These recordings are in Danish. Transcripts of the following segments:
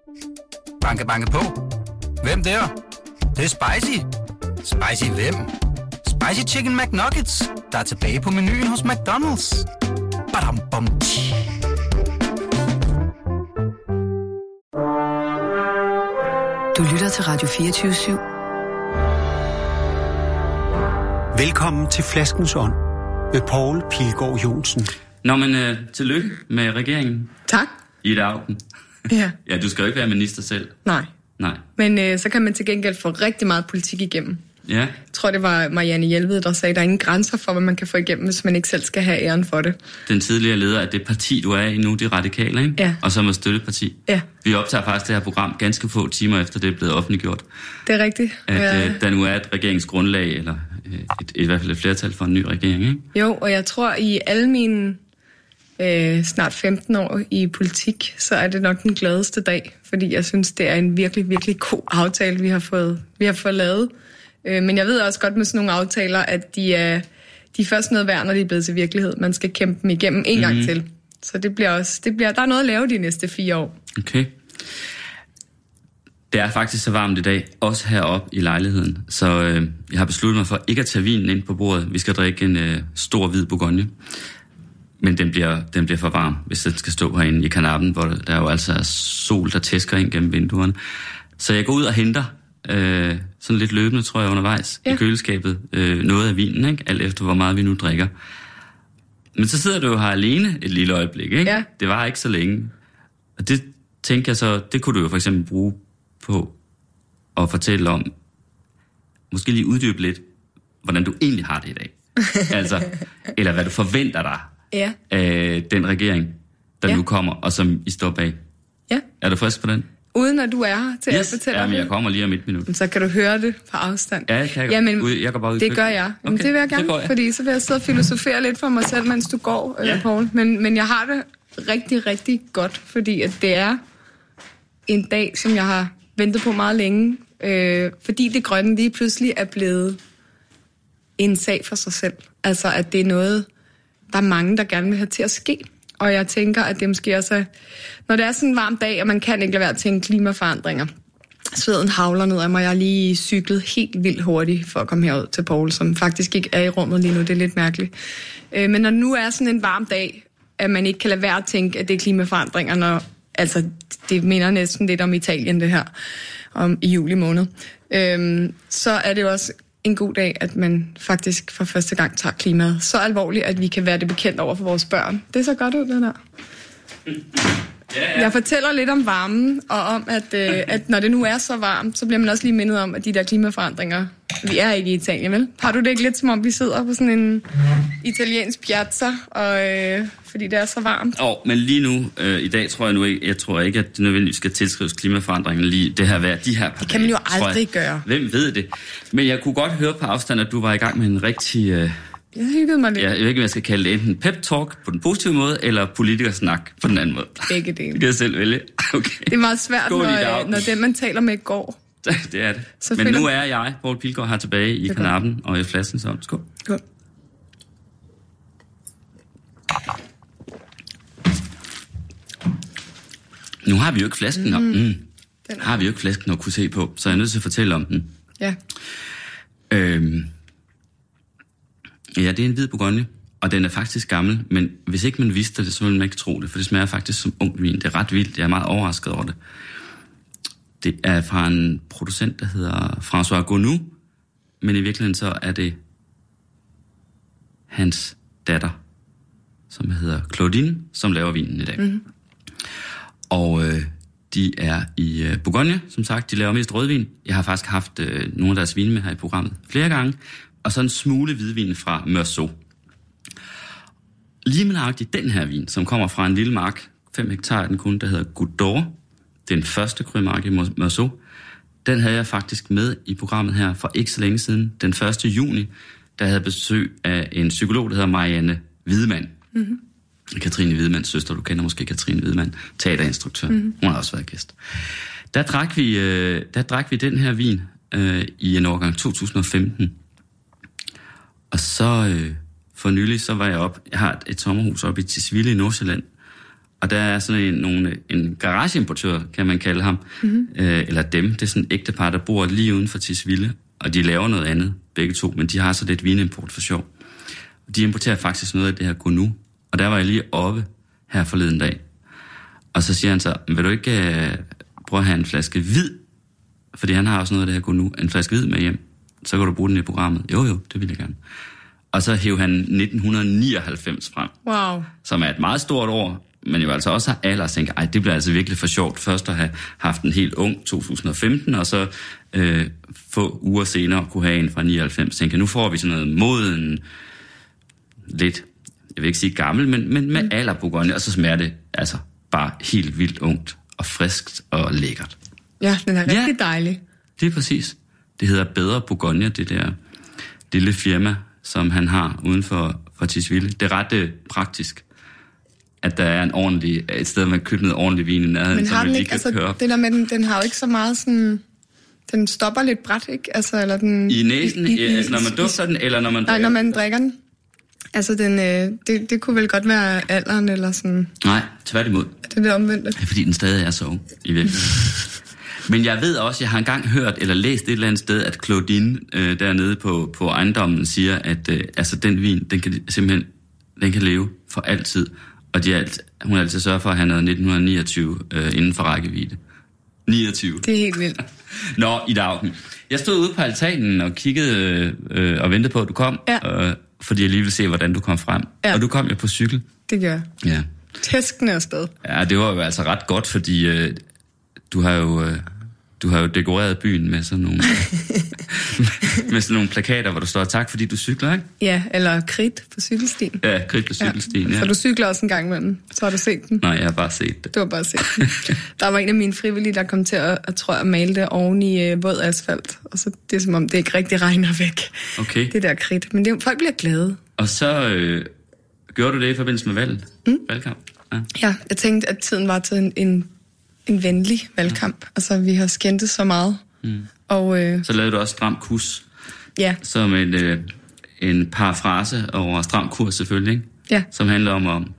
Banke, banke på. Hvem der? Det er spicy. Spicy hvem? Spicy Chicken McNuggets, der er tilbage på menuen hos McDonald's. Badum, bom, Du lytter til Radio 24/7. Velkommen til Flaskens Ånd med Poul Pilgaard Johnsen. Nå, men tillykke med regeringen. Tak. Ida Auken. Ja. Ja, du skal jo ikke være minister selv. Nej. Nej. Men så kan man til gengæld få rigtig meget politik igennem. Ja. Jeg tror, det var Marianne Jelved, der sagde, at der er ingen grænser for, hvad man kan få igennem, hvis man ikke selv skal have æren for det. Den tidligere leder af det parti, du er i nu, de Radikale, ikke? Ja. Og som er støtteparti. Ja. Vi optager faktisk det her program ganske få timer efter, det er blevet offentliggjort. Det er rigtigt. At der nu er et regeringsgrundlag, eller i hvert fald et flertal for en ny regering, ikke? Jo, og jeg tror, i alle mine snart 15 år i politik, så er det nok den gladeste dag, fordi jeg synes, det er en virkelig, virkelig god aftale, vi har fået lavet. Men jeg ved også godt med sådan nogle aftaler, at de er først noget værd, når de er blevet til virkelighed. Man skal kæmpe dem igennem en gang til. Så der er noget at lave de næste 4 år. Okay. Det er faktisk så varmt i dag, også heroppe i lejligheden. Så jeg har besluttet mig for ikke at tage vinen ind på bordet. Vi skal drikke en stor hvid bourgogne. Men den bliver for varm, hvis den skal stå herinde i kanappen, hvor der jo altså er sol, der tæsker ind gennem vinduerne. Så jeg går ud og henter, sådan lidt løbende, tror jeg, undervejs i køleskabet, noget af vinen, ikke? Alt efter, hvor meget vi nu drikker. Men så sidder du jo her alene et lille øjeblik, ikke? Ja. Det var ikke så længe. Og det tænker jeg så, det kunne du jo for eksempel bruge på at fortælle om, måske lige uddybe lidt, hvordan du egentlig har det i dag. Altså, eller hvad du forventer dig af den regering, der nu kommer, og som I står bag. Ja. Er du frisk på den? Uden at du er her til at fortælle men jeg kommer lige om 1 minut. Så kan du høre det på afstand. Ja, jeg kan. Jeg går bare ud i det gør jeg. Okay, det vil jeg gerne, fordi så vil jeg sidde og filosofere lidt for mig selv, mens du går, Poul. Men jeg har det rigtig, rigtig godt, fordi at det er en dag, som jeg har ventet på meget længe. Fordi det grønne lige pludselig er blevet en sag for sig selv. Altså, at det er noget, der er mange, der gerne vil have til at ske. Og jeg tænker, at det måske også når det er sådan en varm dag, og man kan ikke lade være at tænke klimaforandringer. Sveden havler ned af mig. Jeg har lige cyklet helt vildt hurtigt for at komme herud til Poul, som faktisk ikke er i rummet lige nu. Det er lidt mærkeligt. Men når nu er sådan en varm dag, at man ikke kan lade være at tænke, at det er klimaforandringer, altså det minder næsten lidt om Italien, det her, i juli måned. Så er det jo også en god dag, at man faktisk for første gang tager klimaet så alvorligt, at vi kan være det bekendt over for vores børn. Det er så godt ud, det der. Jeg fortæller lidt om varmen, og om, at når det nu er så varmt, så bliver man også lige mindet om, at de der klimaforandringer, vi er ikke i Italien, vel? Har du det ikke lidt, som om vi sidder på sådan en italiensk piazza, og, fordi det er så varmt? Men lige nu, i dag tror jeg ikke, at det nødvendigvis skal tilskrives klimaforandringen lige det her vejr, de her par dage. Det kan man jo aldrig gøre. Hvem ved det? Men jeg kunne godt høre på afstand, at du var i gang med en rigtig... Jeg hyggede mig lidt. Jeg ved ikke, om jeg skal kalde det enten pep-talk på den positive måde, eller politikersnak på den anden måde. Begge dele. Det kan jeg selv vælge. Okay. Det er meget svært, når den, man taler med, går. Det er det. Men nu er jeg, Poul Pilgaard, her tilbage i kanappen og i Flaskens Ånd. Skål. Skål. Nu har vi jo ikke flasken har vi jo ikke flasken at kunne se på, så jeg er nødt til at fortælle om den. Ja. Ja, det er en hvid bourgogne, og den er faktisk gammel, men hvis ikke man vidste det, så ville man ikke tro det, for det smager faktisk som ung vin. Det er ret vildt, jeg er meget overrasket over det. Det er fra en producent, der hedder François Gournou, men i virkeligheden så er det hans datter, som hedder Claudine, som laver vinen i dag. Mm-hmm. Og de er i Bourgogne, som sagt. De laver mest rødvin. Jeg har faktisk haft nogle af deres vine med her i programmet flere gange. Og så en smule hvidvin fra Meursault. Lige nøjagtigt den her vin, som kommer fra en lille mark, 5 hektar den kun, der hedder Goutte d'Or. Den første krømark i Meursault. Den havde jeg faktisk med i programmet her for ikke så længe siden. Den 1. juni, der havde besøg af en psykolog, der hedder Marianne Wiedemann. Mm-hmm. Katrine Wiedemanns søster, du kender måske Katrine Wiedemann, teaterinstruktør. Mm-hmm. Hun har også været gæst. Der drak vi den her vin i en årgang 2015. Og så for nylig, så var jeg jeg har et sommerhus oppe i Tisvilde i Nordsjælland, Og der er sådan en garageimportør, kan man kalde ham, eller dem. Det er sådan et ægtepar, der bor lige uden for Tisvilde, og de laver noget andet, begge to, men de har så lidt vinimport for sjov. De importerer faktisk noget af det her Gonu, og der var jeg lige oppe her forleden dag. Og så siger han så, vil du ikke prøve at have en flaske hvid? Fordi han har også noget af det her Gonu, en flaske hvid med hjem. Så kan du bruge den i programmet. Jo, det vil jeg gerne. Og så hæv han 1999 frem. Wow. Som er et meget stort år, men jo altså også har alder og tænker, det bliver altså virkelig for sjovt først at have haft en helt ung 2015, og så få uger senere kunne have en fra 99. Tænker, nu får vi sådan noget moden, lidt, jeg vil ikke sige gammel, men med alder Bourgogne, og så smager det altså bare helt vildt ungt og friskt og lækkert. Ja, den er rigtig dejlig. Det er præcis. Det hedder Bedre Bourgogne, det der lille firma, som han har uden for Tisvilde. Det er ret praktisk, at der er et sted, man kan købe noget ordentlig vin i nærheden. Men har den ikke, altså det der med den har jo ikke så meget sådan, den stopper lidt bræt, ikke? Altså, eller den... I næsen? Altså, når man dufter den, eller når man drikker den? Nej, når man drikker den. Altså, det kunne vel godt være alderen, eller sådan... Nej, tværtimod. Det er det omvendte. Det er, fordi den stadig er så ung, i virkeligheden. Men jeg ved også, jeg har engang hørt eller læst et eller andet sted, at Claudine dernede på ejendommen siger, at altså den vin, den kan leve for altid. Og hun har altid sørget for at have noget 1929 inden for rækkevidde. 29. Det er helt vildt. Nå, i dag. Jeg stod ude på altanen og kiggede og ventede på, at du kom, fordi jeg lige ville se, hvordan du kom frem. Ja. Og du kom jo på cykel. Det gør jeg. Ja. Tæskende afsted. Ja, det var jo altså ret godt, fordi du har jo dekoreret byen med sådan nogle med sådan nogle plakater, hvor der står tak, fordi du cykler, ikke? Ja, eller kridt på cykelstien. Ja, kridt på cykelstien, ja. Så du cykler også en gang imellem. Så har du set den? Nej, jeg har bare set det. Du har bare set den. Der var en af mine frivillige, der kom til at male det oven i våd asfalt. Og så det er som om, det ikke rigtig regner væk. Okay. Det der kridt. Men folk bliver glade. Og så gjorde du det i forbindelse med valget? Valgkamp? Ja, jeg tænkte, at tiden var til en venlig valgkamp. Altså, vi har skændtet så meget. Og, så lavede du også Stram Kurs. Ja. Som en parafrase over Stram Kurs selvfølgelig, ikke? Ja. Som handler om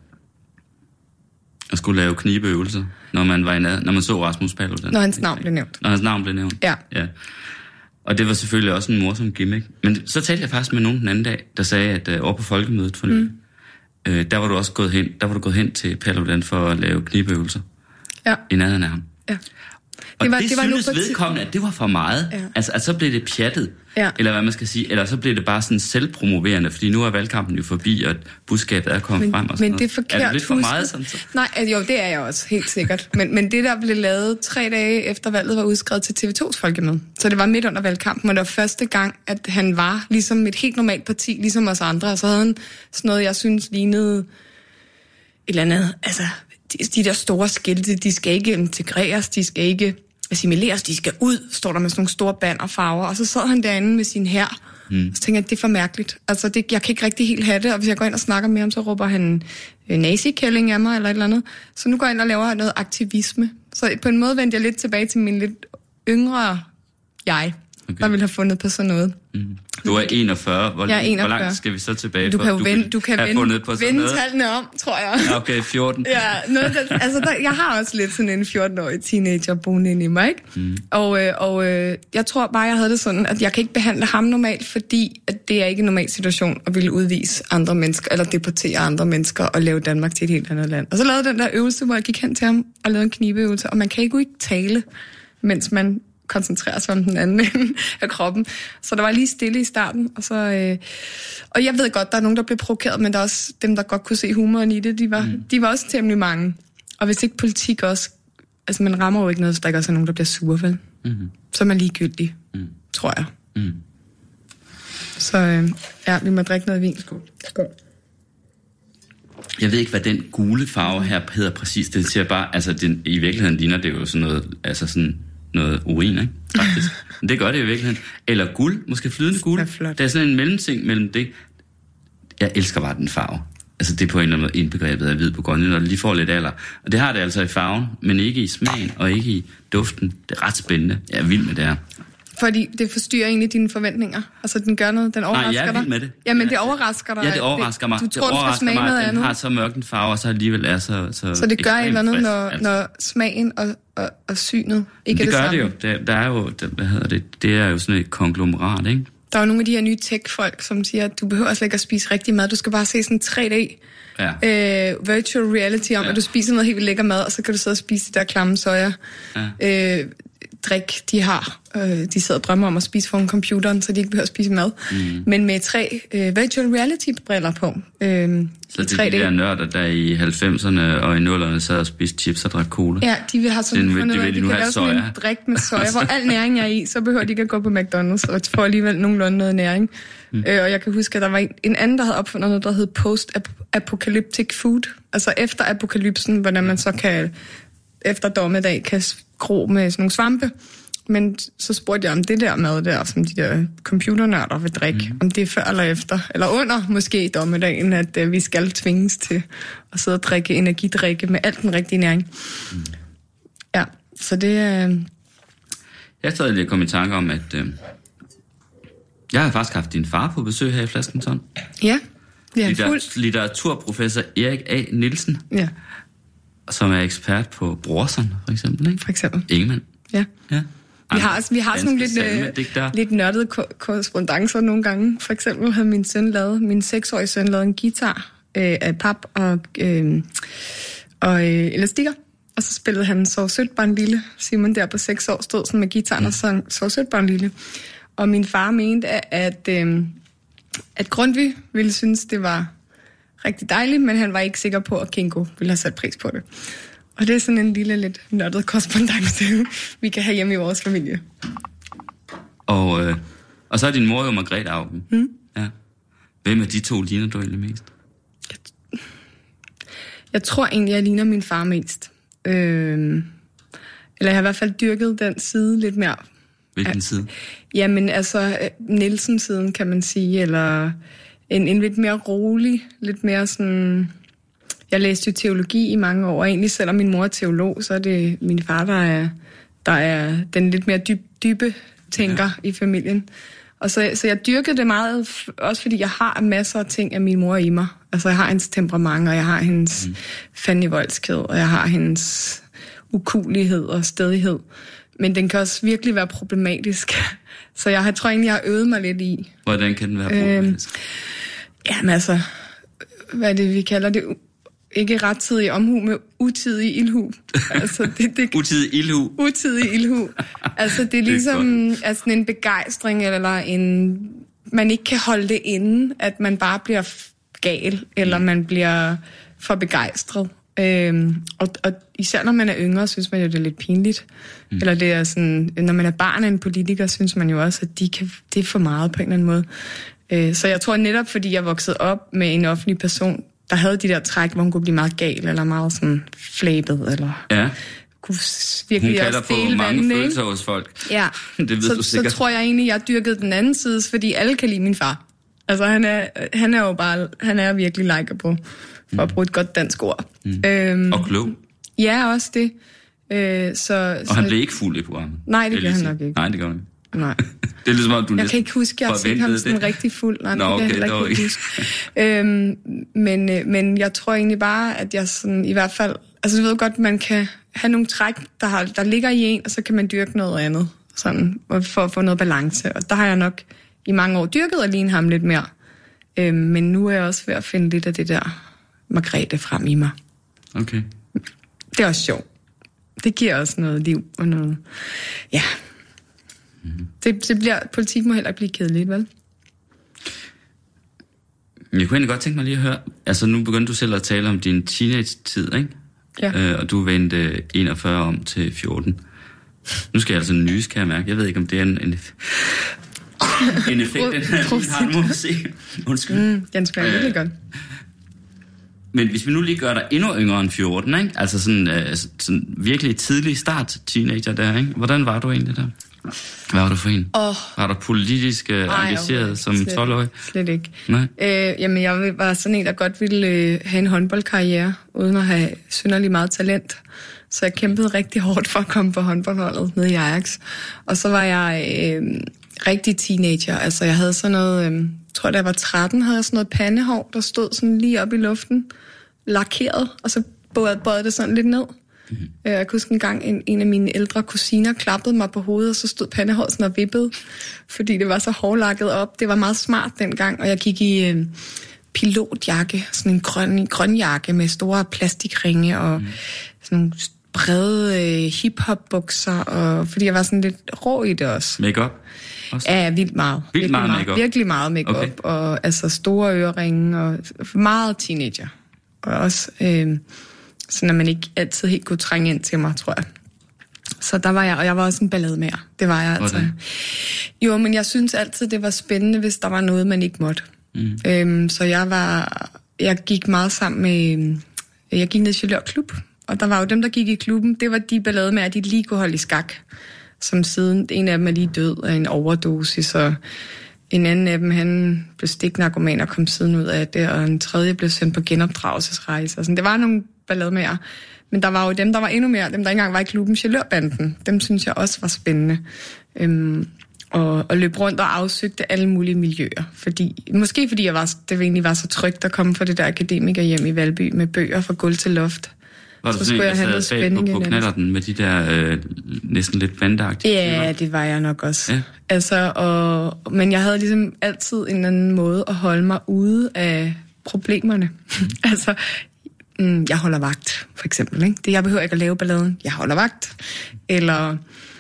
at skulle lave knibeøvelser, når man så Rasmus Paludan. Når hans navn blev nævnt. Ja. Og det var selvfølgelig også en morsom gimmick. Men så talte jeg faktisk med nogen den anden dag, der sagde, at over på folkemødet for nylig, der var du også gået hen til Paludan for at lave knibeøvelser. Ja. I nærheden af ham. Ja. Og det synes vedkommende, at det var for meget. Ja. Altså, at så blev det pjattet. Ja. Eller hvad man skal sige. Eller så blev det bare sådan selvpromoverende, fordi nu er valgkampen jo forbi, og budskabet er kommet frem og sådan noget. Men det er forkert. Er det lidt for meget sådan så? Nej, jo, det er jeg også, helt sikkert. Men det der blev lavet 3 dage efter valget var udskrevet til TV2's folkemøde. Så det var midt under valgkampen, og det var første gang, at han var ligesom et helt normalt parti, ligesom os andre. Og så havde han sådan noget, jeg synes lignede et eller andet, altså... De der store skilte, de skal ikke integreres, de skal ikke assimileres, de skal ud, står der med sådan nogle store bannerfarver. Og så sad han derinde med sin hær, og så tænkte jeg, at det er for mærkeligt. Altså, jeg kan ikke rigtig helt have det, og hvis jeg går ind og snakker med ham, så råber han nazi-kælling af mig, eller et eller andet. Så nu går jeg ind og laver noget aktivisme. Så på en måde vendte jeg lidt tilbage til min lidt yngre jeg, der ville have fundet på sådan noget. Du er 41. Jeg er 41. Hvor langt skal vi så tilbage? Du kan vende tallene om, tror jeg. Okay, 14. Ja, jeg har også lidt sådan en 14-årig teenager boende inde i mig, ikke? Og jeg tror bare, jeg havde det sådan, at jeg kan ikke behandle ham normalt, fordi at det er ikke en normal situation at ville udvise andre mennesker, eller deportere andre mennesker og lave Danmark til et helt andet land. Og så lavede den der øvelse, hvor jeg gik hen til ham og lavede en knibeøvelse, og man kan ikke tale, mens man koncentrerer sig om den anden af kroppen. Så der var lige stille i starten. Og jeg ved godt, der er nogen, der blev provokeret, men der er også dem, der godt kunne se humoren i det. De var også temmelig mange. Og hvis ikke politik også... Altså, man rammer jo ikke noget, hvis der ikke også er nogen, der bliver sure, vel? Så er man ligegyldig, tror jeg. Så vi må drikke noget vin. Skål. Jeg ved ikke, hvad den gule farve her hedder præcis. Det siger bare... Altså, i virkeligheden ligner det jo sådan noget... Altså sådan... noget urin, ikke? Faktisk. Men det gør det i virkeligheden. Eller guld, måske flydende guld. Der er sådan en mellemting mellem det. Jeg elsker bare den farve. Altså det er på en eller anden måde indbegrebet af hvid Bourgogne, når det lige får lidt alder. Og det har det altså i farven, men ikke i smagen og ikke i duften. Det er ret spændende. Jeg er vild med det her. Fordi det forstyrrer egentlig dine forventninger. Altså, den gør noget, den overrasker dig. Nej, jeg er vild med det. Jamen, det overrasker dig. Ja, det overrasker mig. Du tror, du skal smage noget andet. Den har så mørk en farve, og så alligevel er så det gør et eller andet, når smagen og synet ikke er det samme. Det gør det jo. Der er jo, det er jo sådan et konglomerat, ikke? Der er jo nogle af de her nye tech-folk, som siger, at du behøver slet ikke at spise rigtig mad. Du skal bare se sådan 3D virtual reality om, at du spiser noget helt vildt lækker mad, og så kan du sidde og spise det der klamme soja. Ja. Drik, de har. De sidder og drømmer om at spise foran computeren, så de ikke behøver at spise mad. Men med 3 virtual reality-briller på. Så det er de der nørder, der i 90'erne og i 00'erne sad og spiste chips og drak cola. Ja, de vil have sådan fundet ud af, de kan lave sådan en drik med soja, hvor al næring er i, så behøver de ikke at gå på McDonald's og få alligevel nogenlunde noget næring. Og jeg kan huske, at der var en anden, der havde opfundet noget, der hed post-apocalyptic food. Altså efter apokalypsen, hvordan man så kan efter dommedag kan gro med sådan nogle svampe. Men så spurgte jeg om det der mad der, som de der computernørder vil drikke, om det er før eller efter, eller under måske dommedagen, at vi skal tvinges til at sidde og drikke energidrikke med alt den rigtige næring. Ja, så det Jeg sad lige og kom i tanke om, at jeg har faktisk haft din far på besøg her i Flaskenton. Ja, det er litteraturprofessor Erik A. Nielsen. Ja. Som er ekspert på Brorson, for eksempel, ikke? For eksempel. Ingemann. Ja. Vi har sådan nogle lidt nørdede korrespondancer nogle gange. For eksempel havde min 6-årige søn lavet en guitar af pap og elastikker. Og så spillede han Sov sødt barn lille. Simon der på 6 år stod sådan med guitaren og sang Sov sødt barn lille. Og min far mente, at Grundtvig ville synes, det var rigtig dejligt, men han var ikke sikker på, at Kinko ville have sat pris på det. Og det er sådan en lille, lidt nørdet korrespondance, vi kan have hjemme i vores familie. Og så er din mor jo Margrethe Auken. Ja. Hvem af de to ligner du egentlig mest? Jeg tror egentlig, jeg ligner min far mest. Eller jeg har i hvert fald dyrket den side lidt mere. Hvilken side? Jamen altså, Nielsen-siden kan man sige, eller en lidt mere rolig, lidt mere sådan... Jeg læste jo teologi i mange år, og egentlig selvom min mor er teolog, så er det min far, der er den lidt mere dybe tænker i familien. Og så jeg dyrkede det meget, også fordi jeg har masser af ting af min mor i mig. Altså jeg har hendes temperament, og jeg har hendes fandenivoldskhed, og jeg har hendes ukulighed og stædighed. Men den kan også virkelig være problematisk. Så jeg tror egentlig, jeg har øvet mig lidt i. Hvordan kan den være problematisk? Jamen altså, hvad er det, vi kalder det? Ikke rettidig omhu med utidig ildhu. Altså, utidig ildhu? Utidig ildhu. Altså, det er ligesom altså, en begejstring, eller man ikke kan holde det inde, at man bare bliver gal, eller man bliver for begejstret. Og især når man er yngre, synes man jo, det er lidt pinligt. Eller det er sådan, når man er barn af en politiker, synes man jo også, at det er for meget på en eller anden måde. Så jeg tror netop, fordi jeg voksede op med en offentlig person, der havde de der træk, hvor hun kunne blive meget gal, eller meget sådan flabet, eller kunne virkelig også dele vandene. Hun kalder på mange følelser hos folk. Ja, det ved du sikkert. Så tror jeg egentlig, jeg dyrkede den anden side, fordi alle kan lide min far. Altså, han er jo bare, han er virkelig likeable, for at bruge et godt dansk ord. Og klog. Ja, også det. Og han blev ikke fuld i programmet. Nej, det gør han nok ikke. Nej, det gør han ikke. Nej. Det er ligesom, at du jeg kan ikke huske, at jeg har set ham sådan rigtig fuld. Nej, nå, okay, det kan ikke huske. Men jeg tror egentlig bare, at jeg sådan, i hvert fald... Altså, du ved godt, man kan have nogle træk, der ligger i en, og så kan man dyrke noget andet, sådan, for at få noget balance. Og der har jeg nok i mange år dyrket at ligne ham lidt mere. Men nu er jeg også ved at finde lidt af det der Margrethe frem i mig. Okay. Det er også sjovt. Det giver også noget liv og noget... Ja... Det bliver, politik må heller ikke blive kedeligt, vel? Jeg kunne egentlig godt tænke mig lige at høre, altså nu begyndte du selv at tale om din teenage-tid, ikke? Ja. Og du vendte 41 om til 14. Nu skal jeg altså nys, kan jeg mærke. Jeg ved ikke, om det er en effekt, den har, må vi se. Undskyld. Den smager virkelig godt. Men hvis vi nu lige gør dig endnu yngre end 14, ikke? Altså sådan virkelig tidlig start teenager der, ikke? Hvordan var du egentlig der? Hvad var du for en? Var du politisk engageret som 12-årig? Slet ikke. Nej? Jamen, jeg var sådan en, der godt ville have en håndboldkarriere, uden at have synderligt meget talent. Så jeg kæmpede rigtig hårdt for at komme på håndboldholdet nede i Ajax. Og så var jeg rigtig teenager. Altså, jeg havde sådan noget, tror da jeg var 13, havde jeg sådan noget pandehår, der stod sådan lige op i luften, lakeret, og så bøjede det sådan lidt ned. Mm-hmm. Jeg kunne huske en gang, en af mine ældre kusiner klappede mig på hovedet, og så stod pandehåret sådan og vippede, fordi det var så hårdlakket op. Det var meget smart dengang, og jeg gik i pilotjakke, sådan en grøn jakke med store plastikringe og sådan nogle brede hip-hop-bukser, og fordi jeg var sådan lidt rå i det også. Make-up? Ja, vildt meget. Virkelig meget make-up. Okay. Og altså store øreringe, og meget teenager. Og også sådan, at man ikke altid helt kunne trænge ind til mig, tror jeg. Så der var jeg, og jeg var også en ballademager. Det var jeg altså. Jo, men jeg synes altid, det var spændende, hvis der var noget, man ikke måtte. Så jeg gik meget sammen med, jeg gik ned i Chalør Klub, og der var jo dem, der gik i klubben, det var de ballademager, de lige kunne holde i skak. Som siden, en af dem er lige død af en overdosis, og en anden af dem, han blev stiknarkoman og kom siden ud af det, og en tredje blev sendt på genopdragelsesrejse. Altså, det var nogle ballademager. Men der var jo dem, der var endnu mere, dem der ikke engang var i klubben, Chalørbanden. Dem synes jeg også var spændende. Og løb rundt og afsøgte alle mulige miljøer. Måske fordi det egentlig var så trygt at komme fra det der akademikerhjem i Valby med bøger fra gulv til loft. Var du sådan en, der sad bag på knallerten med de der næsten lidt bandagtige? Ja, det var jeg nok også. Ja. Altså, men jeg havde ligesom altid en eller anden måde at holde mig ude af problemerne. Altså, jeg holder vagt, for eksempel. Ikke? Jeg behøver ikke at lave balladen. Jeg holder vagt. Eller,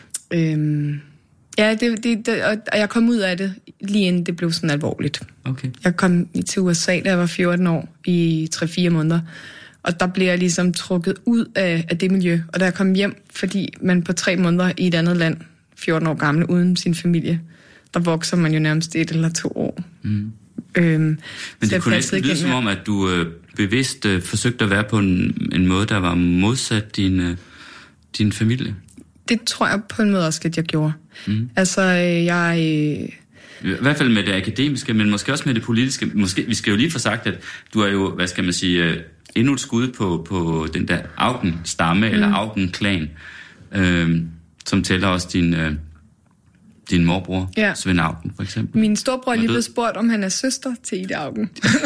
og jeg kom ud af det, lige inden det blev sådan alvorligt. Okay. Jeg kom til USA, da jeg var 14 år, i 3-4 måneder. Og der blev jeg ligesom trukket ud af det miljø. Og da jeg kom hjem, fordi man på 3 måneder i et andet land, 14 år gammel, uden sin familie, der vokser man jo nærmest 1 eller 2 år. Men det kunne næsten lyde som om, at du bevidst forsøgte at være på en måde, der var modsat din familie. Det tror jeg på en måde også lidt, jeg gjorde. Altså, I hvert fald med det akademiske, men måske også med det politiske. Vi skal jo lige få sagt, at du er jo, hvad skal man sige, endnu et skud på den der Auken-stamme, eller Auken-klan, som tæller også din morbror, Svend Auken, for eksempel. Min storbror er lige blevet spurgt, om han er søster til Ida Auken.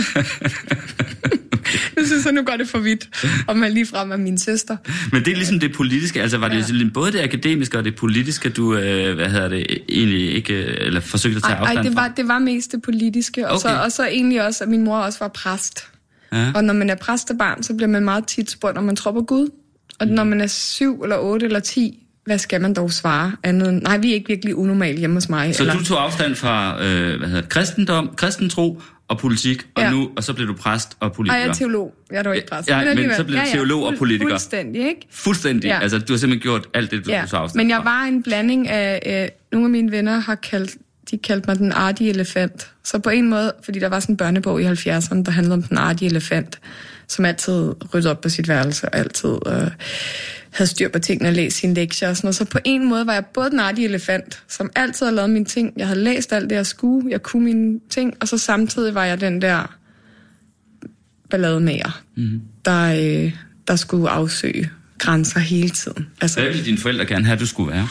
Nu synes jeg, nu går det for vidt, om han ligefrem er min søster. Men det er ligesom det politiske, altså var det både det akademiske og det politiske, du, egentlig ikke, eller forsøgte at tage afstand fra? Det var mest det politiske, og så egentlig også, at min mor også var præst. Ja. Og når man er præstebarn, så bliver man meget tit spurgt, om man tror på Gud. Og når man er 7 eller 8 eller 10, hvad skal man dog svare? Nej, vi er ikke virkelig unormale hjemme hos mig. Så du tog afstand fra kristentro og politik, og så blev du præst og politiker? Nej, jeg er teolog. Jeg er dog ikke præst. Men så blev du teolog og politiker? Fuldstændig, ikke? Fuldstændig. Ja. Altså, du har simpelthen gjort alt det, du tog afstand fra. Men jeg var en blanding af... nogle af mine venner har kaldte mig den artige elefant. Så på en måde, fordi der var sådan en børnebog i 70'erne, der handlede om den artige elefant, som altid ryddede op på sit værelse, og altid havde styr på tingene og læst sine lektier og sådan noget. Så på en måde var jeg både den artige elefant, som altid havde lavet mine ting. Jeg havde læst alt det, jeg skulle. Jeg kunne mine ting. Og så samtidig var jeg den der ballademager, der skulle afsøge grænser hele tiden. Altså, hvad ville dine forældre gerne have, du skulle være?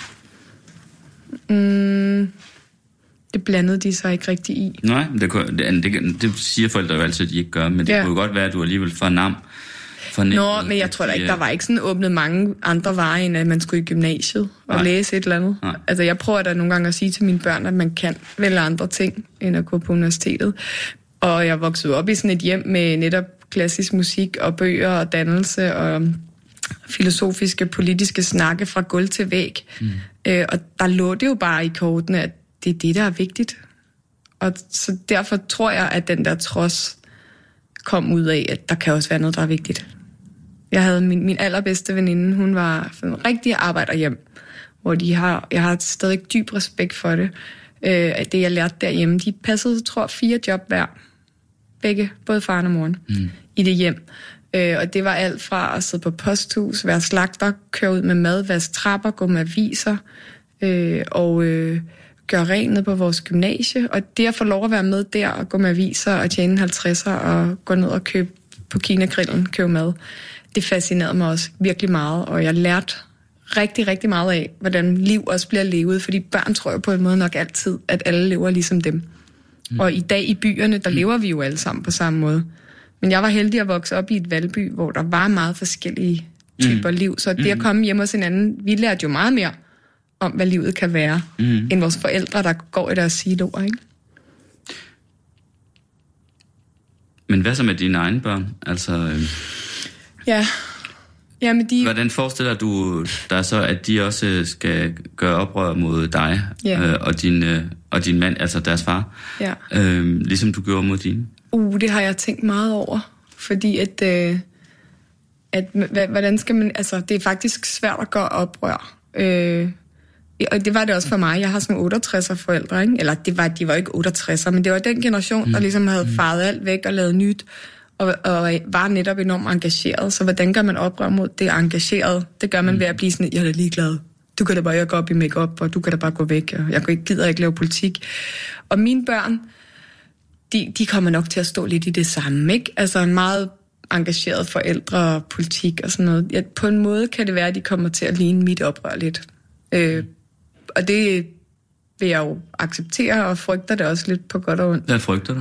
Det blandede de sig ikke rigtig i. Nej, det siger forældre jo altid, at de ikke gør, men det kunne jo godt være, at du alligevel fornem. Men jeg tror da ikke, der var ikke sådan åbnet mange andre veje, end at man skulle i gymnasiet og læse et eller andet. Nej. Altså, jeg prøver da nogle gange at sige til mine børn, at man kan vælge andre ting, end at gå på universitetet. Og jeg voksede op i sådan et hjem med netop klassisk musik og bøger og dannelse og filosofiske, politiske snakke fra gulv til væg. Og der lå det jo bare i kortene, at det er det, der er vigtigt. Og så derfor tror jeg, at den der trods kom ud af, at der kan også være noget, der er vigtigt. Jeg havde min allerbedste veninde, hun var en rigtig arbejderhjem, hvor jeg har stadig dyb respekt for det. Det, jeg lærte derhjemme, de passede, tror jeg, 4 job hver. Begge, både faren og moren, i det hjem. Og det var alt fra at sidde på posthus, være slagter, køre ud med mad, vaske trapper, gå med aviser, og gøre rent på vores gymnasie. Og det at få lov at være med der og gå med aviser og tjene 50'er og gå ned og købe på Kina-grillen, købe mad, det fascinerede mig også virkelig meget, og jeg lærte rigtig, rigtig meget af, hvordan liv også bliver levet, fordi børn tror jo på en måde nok altid, at alle lever ligesom dem. Og i dag i byerne, der lever vi jo alle sammen på samme måde. Men jeg var heldig at vokse op i et valby, hvor der var meget forskellige typer liv, så det at komme hjem hos hinanden, vi lærte jo meget mere om, hvad livet kan være, end vores forældre, der går i deres siloer, ikke? Men hvad så med dine egne børn? Altså, Ja, men de... Hvordan forestiller du dig så, at de også skal gøre oprør mod dig og din mand, altså deres far, ligesom du gjorde mod dine? Det har jeg tænkt meget over, fordi hvordan skal man... Altså, det er faktisk svært at gøre oprør. Og det var det også for mig. Jeg har sådan 68'er forældre, ikke? Eller de var ikke 68'er, men det var den generation, der ligesom havde faret alt væk og lavet nyt, og var netop enormt engageret. Så hvordan gør man oprør mod det engageret? Det gør man ved at blive sådan, jeg er ligeglad. Du kan da bare gå op i make-up, og du kan da bare gå væk, og jeg gider ikke lave politik. Og mine børn, de kommer nok til at stå lidt i det samme, ikke? Altså en meget engageret forældre og politik og sådan noget. Ja, på en måde kan det være, at de kommer til at ligne mit oprør lidt. Og det vil jeg jo acceptere, og frygter det også lidt på godt og ondt. Hvad frygter du?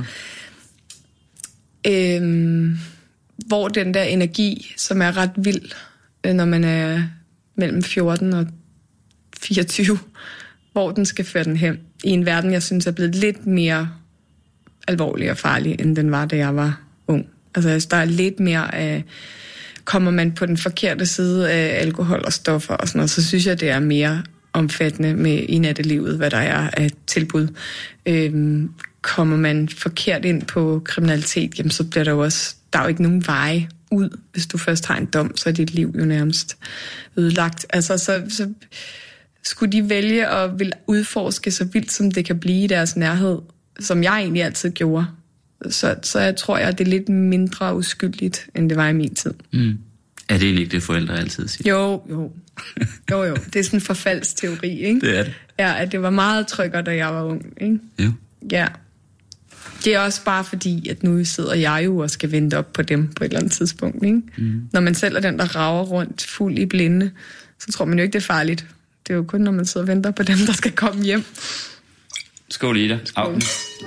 Hvor den der energi, som er ret vild, når man er mellem 14 og 24, hvor den skal føre den hen. I en verden, jeg synes er blevet lidt mere alvorlig og farlig, end den var, da jeg var ung. Altså, der er lidt mere af... Kommer man på den forkerte side af alkohol og stoffer og sådan noget, så synes jeg, det er mere omfattende med i nattelivet, hvad der er af tilbud. Kommer man forkert ind på kriminalitet, jamen, så bliver der jo også... Der er jo ikke nogen veje ud. Hvis du først har en dom, så er dit liv jo nærmest ødelagt. Altså, så skulle de vælge at vil udforske så vildt, som det kan blive i deres nærhed, som jeg egentlig altid gjorde, så jeg tror, at det er lidt mindre uskyldigt, end det var i min tid. Er det egentlig ikke det, forældre altid siger? Jo. Det er sådan en forfaldsteori, ikke? Det er det. Ja, at det var meget tryggere, da jeg var ung, ikke? Jo. Ja. Det er også bare fordi, at nu sidder jeg jo og skal vente op på dem på et eller andet tidspunkt, ikke? Når man selv er den, der rager rundt fuld i blinde, så tror man jo ikke, det er farligt. Det er jo kun, når man sidder og venter på dem, der skal komme hjem. Skål, Ida. Skål.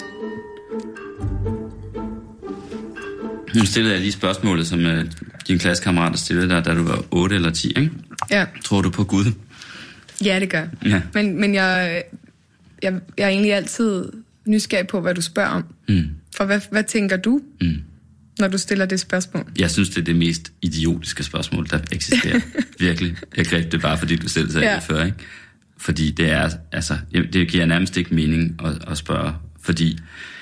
Nu stillede jeg lige spørgsmålet, som din klassekammerater stillede dig, da du var 8 eller 10, ikke? Ja. Tror du på Gud? Ja, det gør. Ja. Men jeg er egentlig altid nysgerrig på, hvad du spørger om. For hvad tænker du, når du stiller det spørgsmål? Jeg synes, det er det mest idiotiske spørgsmål, der eksisterer. Virkelig. Jeg greb det bare, fordi du selv sagde det før, ikke? Fordi det er, altså, det giver nærmest ikke mening at spørge, fordi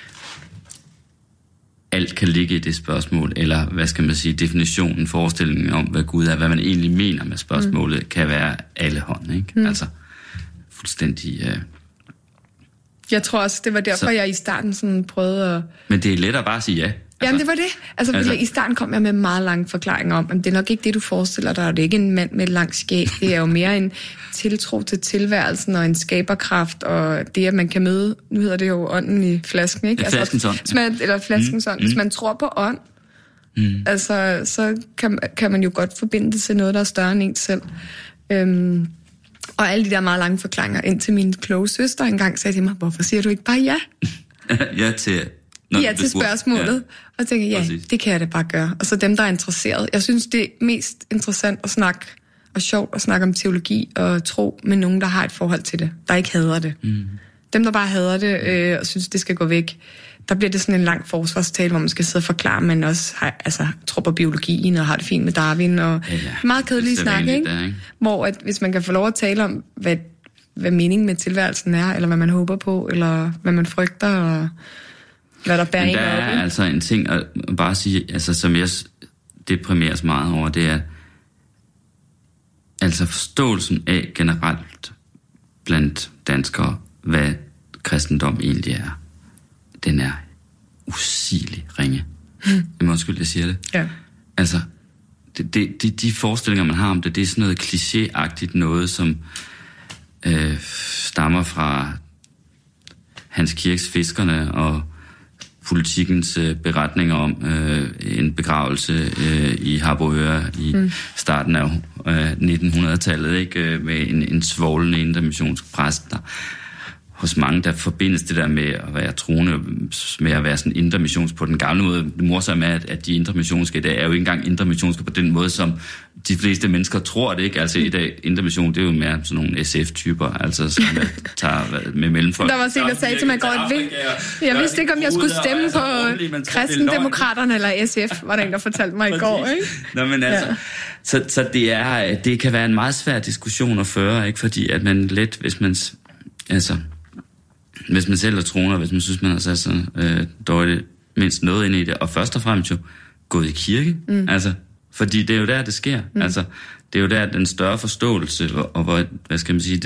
alt kan ligge i det spørgsmål, eller hvad skal man sige, definitionen, forestillingen om, hvad Gud er, hvad man egentlig mener med spørgsmålet, kan være alle hånd, ikke? Altså, fuldstændig... Jeg tror også, det var derfor, jeg i starten sådan prøvede at... Men det er lettere bare at sige ja. Jamen, det var det. Altså, i starten kom jeg med meget lange forklaringer om, at det er nok ikke det, du forestiller dig, og det er ikke en mand med et langt skæg. Det er jo mere en tiltro til tilværelsen og en skaberkraft, og det, at man kan møde, nu hedder det jo ånden i flasken, ikke? Flaskens ånd. Eller flaskens ånd. Hvis man tror på ånd, altså, så kan man jo godt forbinde det til noget, der er større end en selv. Og alle de der meget lange forklaringer, indtil min kloge søster engang sagde til mig, hvorfor siger du ikke bare ja? Ja til spørgsmålet. Ja. Og så tænkte jeg, det kan jeg da bare gøre. Og så dem, der er interesseret. Jeg synes, det er mest interessant at snakke, og sjovt at snakke om teologi og tro, med nogen, der har et forhold til det, der ikke hader det. Dem, der bare hader det, og synes, det skal gå væk, der bliver det sådan en lang forsvarstale, hvor man skal sidde og forklare, men også tror på biologien og har det fint med Darwin, og meget kedelig snak, ikke? Hvor at, hvis man kan få lov at tale om, hvad meningen med tilværelsen er, eller hvad man håber på, eller hvad man frygter, og hvad der bærer en op. Men der er altså en ting at bare sige, altså, som jeg deprimeres meget over, det er altså forståelsen af generelt blandt danskere, hvad kristendom egentlig er. Den er usigelig ringe. Jeg må undskylde, jeg siger det. Ja. Altså, de forestillinger, man har om det, det er sådan noget klichéagtigt noget, som stammer fra Hans Kirks Fiskerne og Politikens beretninger om en begravelse i Harboøre i starten af 1900-tallet, ikke? Med en svovlende intermissionsk præst, der hos mange, der forbindes det der med at være troende, med at være sådan intermissionsk på den gamle måde. Det morsomme er, at de intermissionske i dag er jo ikke engang intermissionske på den måde, som de fleste mennesker tror det, ikke? Altså i dag, intermission, det er jo mere sådan nogle SF-typer, altså som tager med mellemfolk. Der var sikkert, der sagde til mig godt, jeg vidste ikke, om jeg skulle stemme på Kristendemokraterne eller SF, var der en, der fortalte mig i går, ikke? Nå, men altså, så det kan være en meget svær diskussion at føre, ikke? Fordi at man let, hvis man selv er troende, hvis man synes, man har sat sig dårligt mindst noget ind i det, og først og fremmest jo gået i kirke, altså, fordi det er jo der, det sker, altså, det er jo der, den større forståelse, og hvad skal man sige,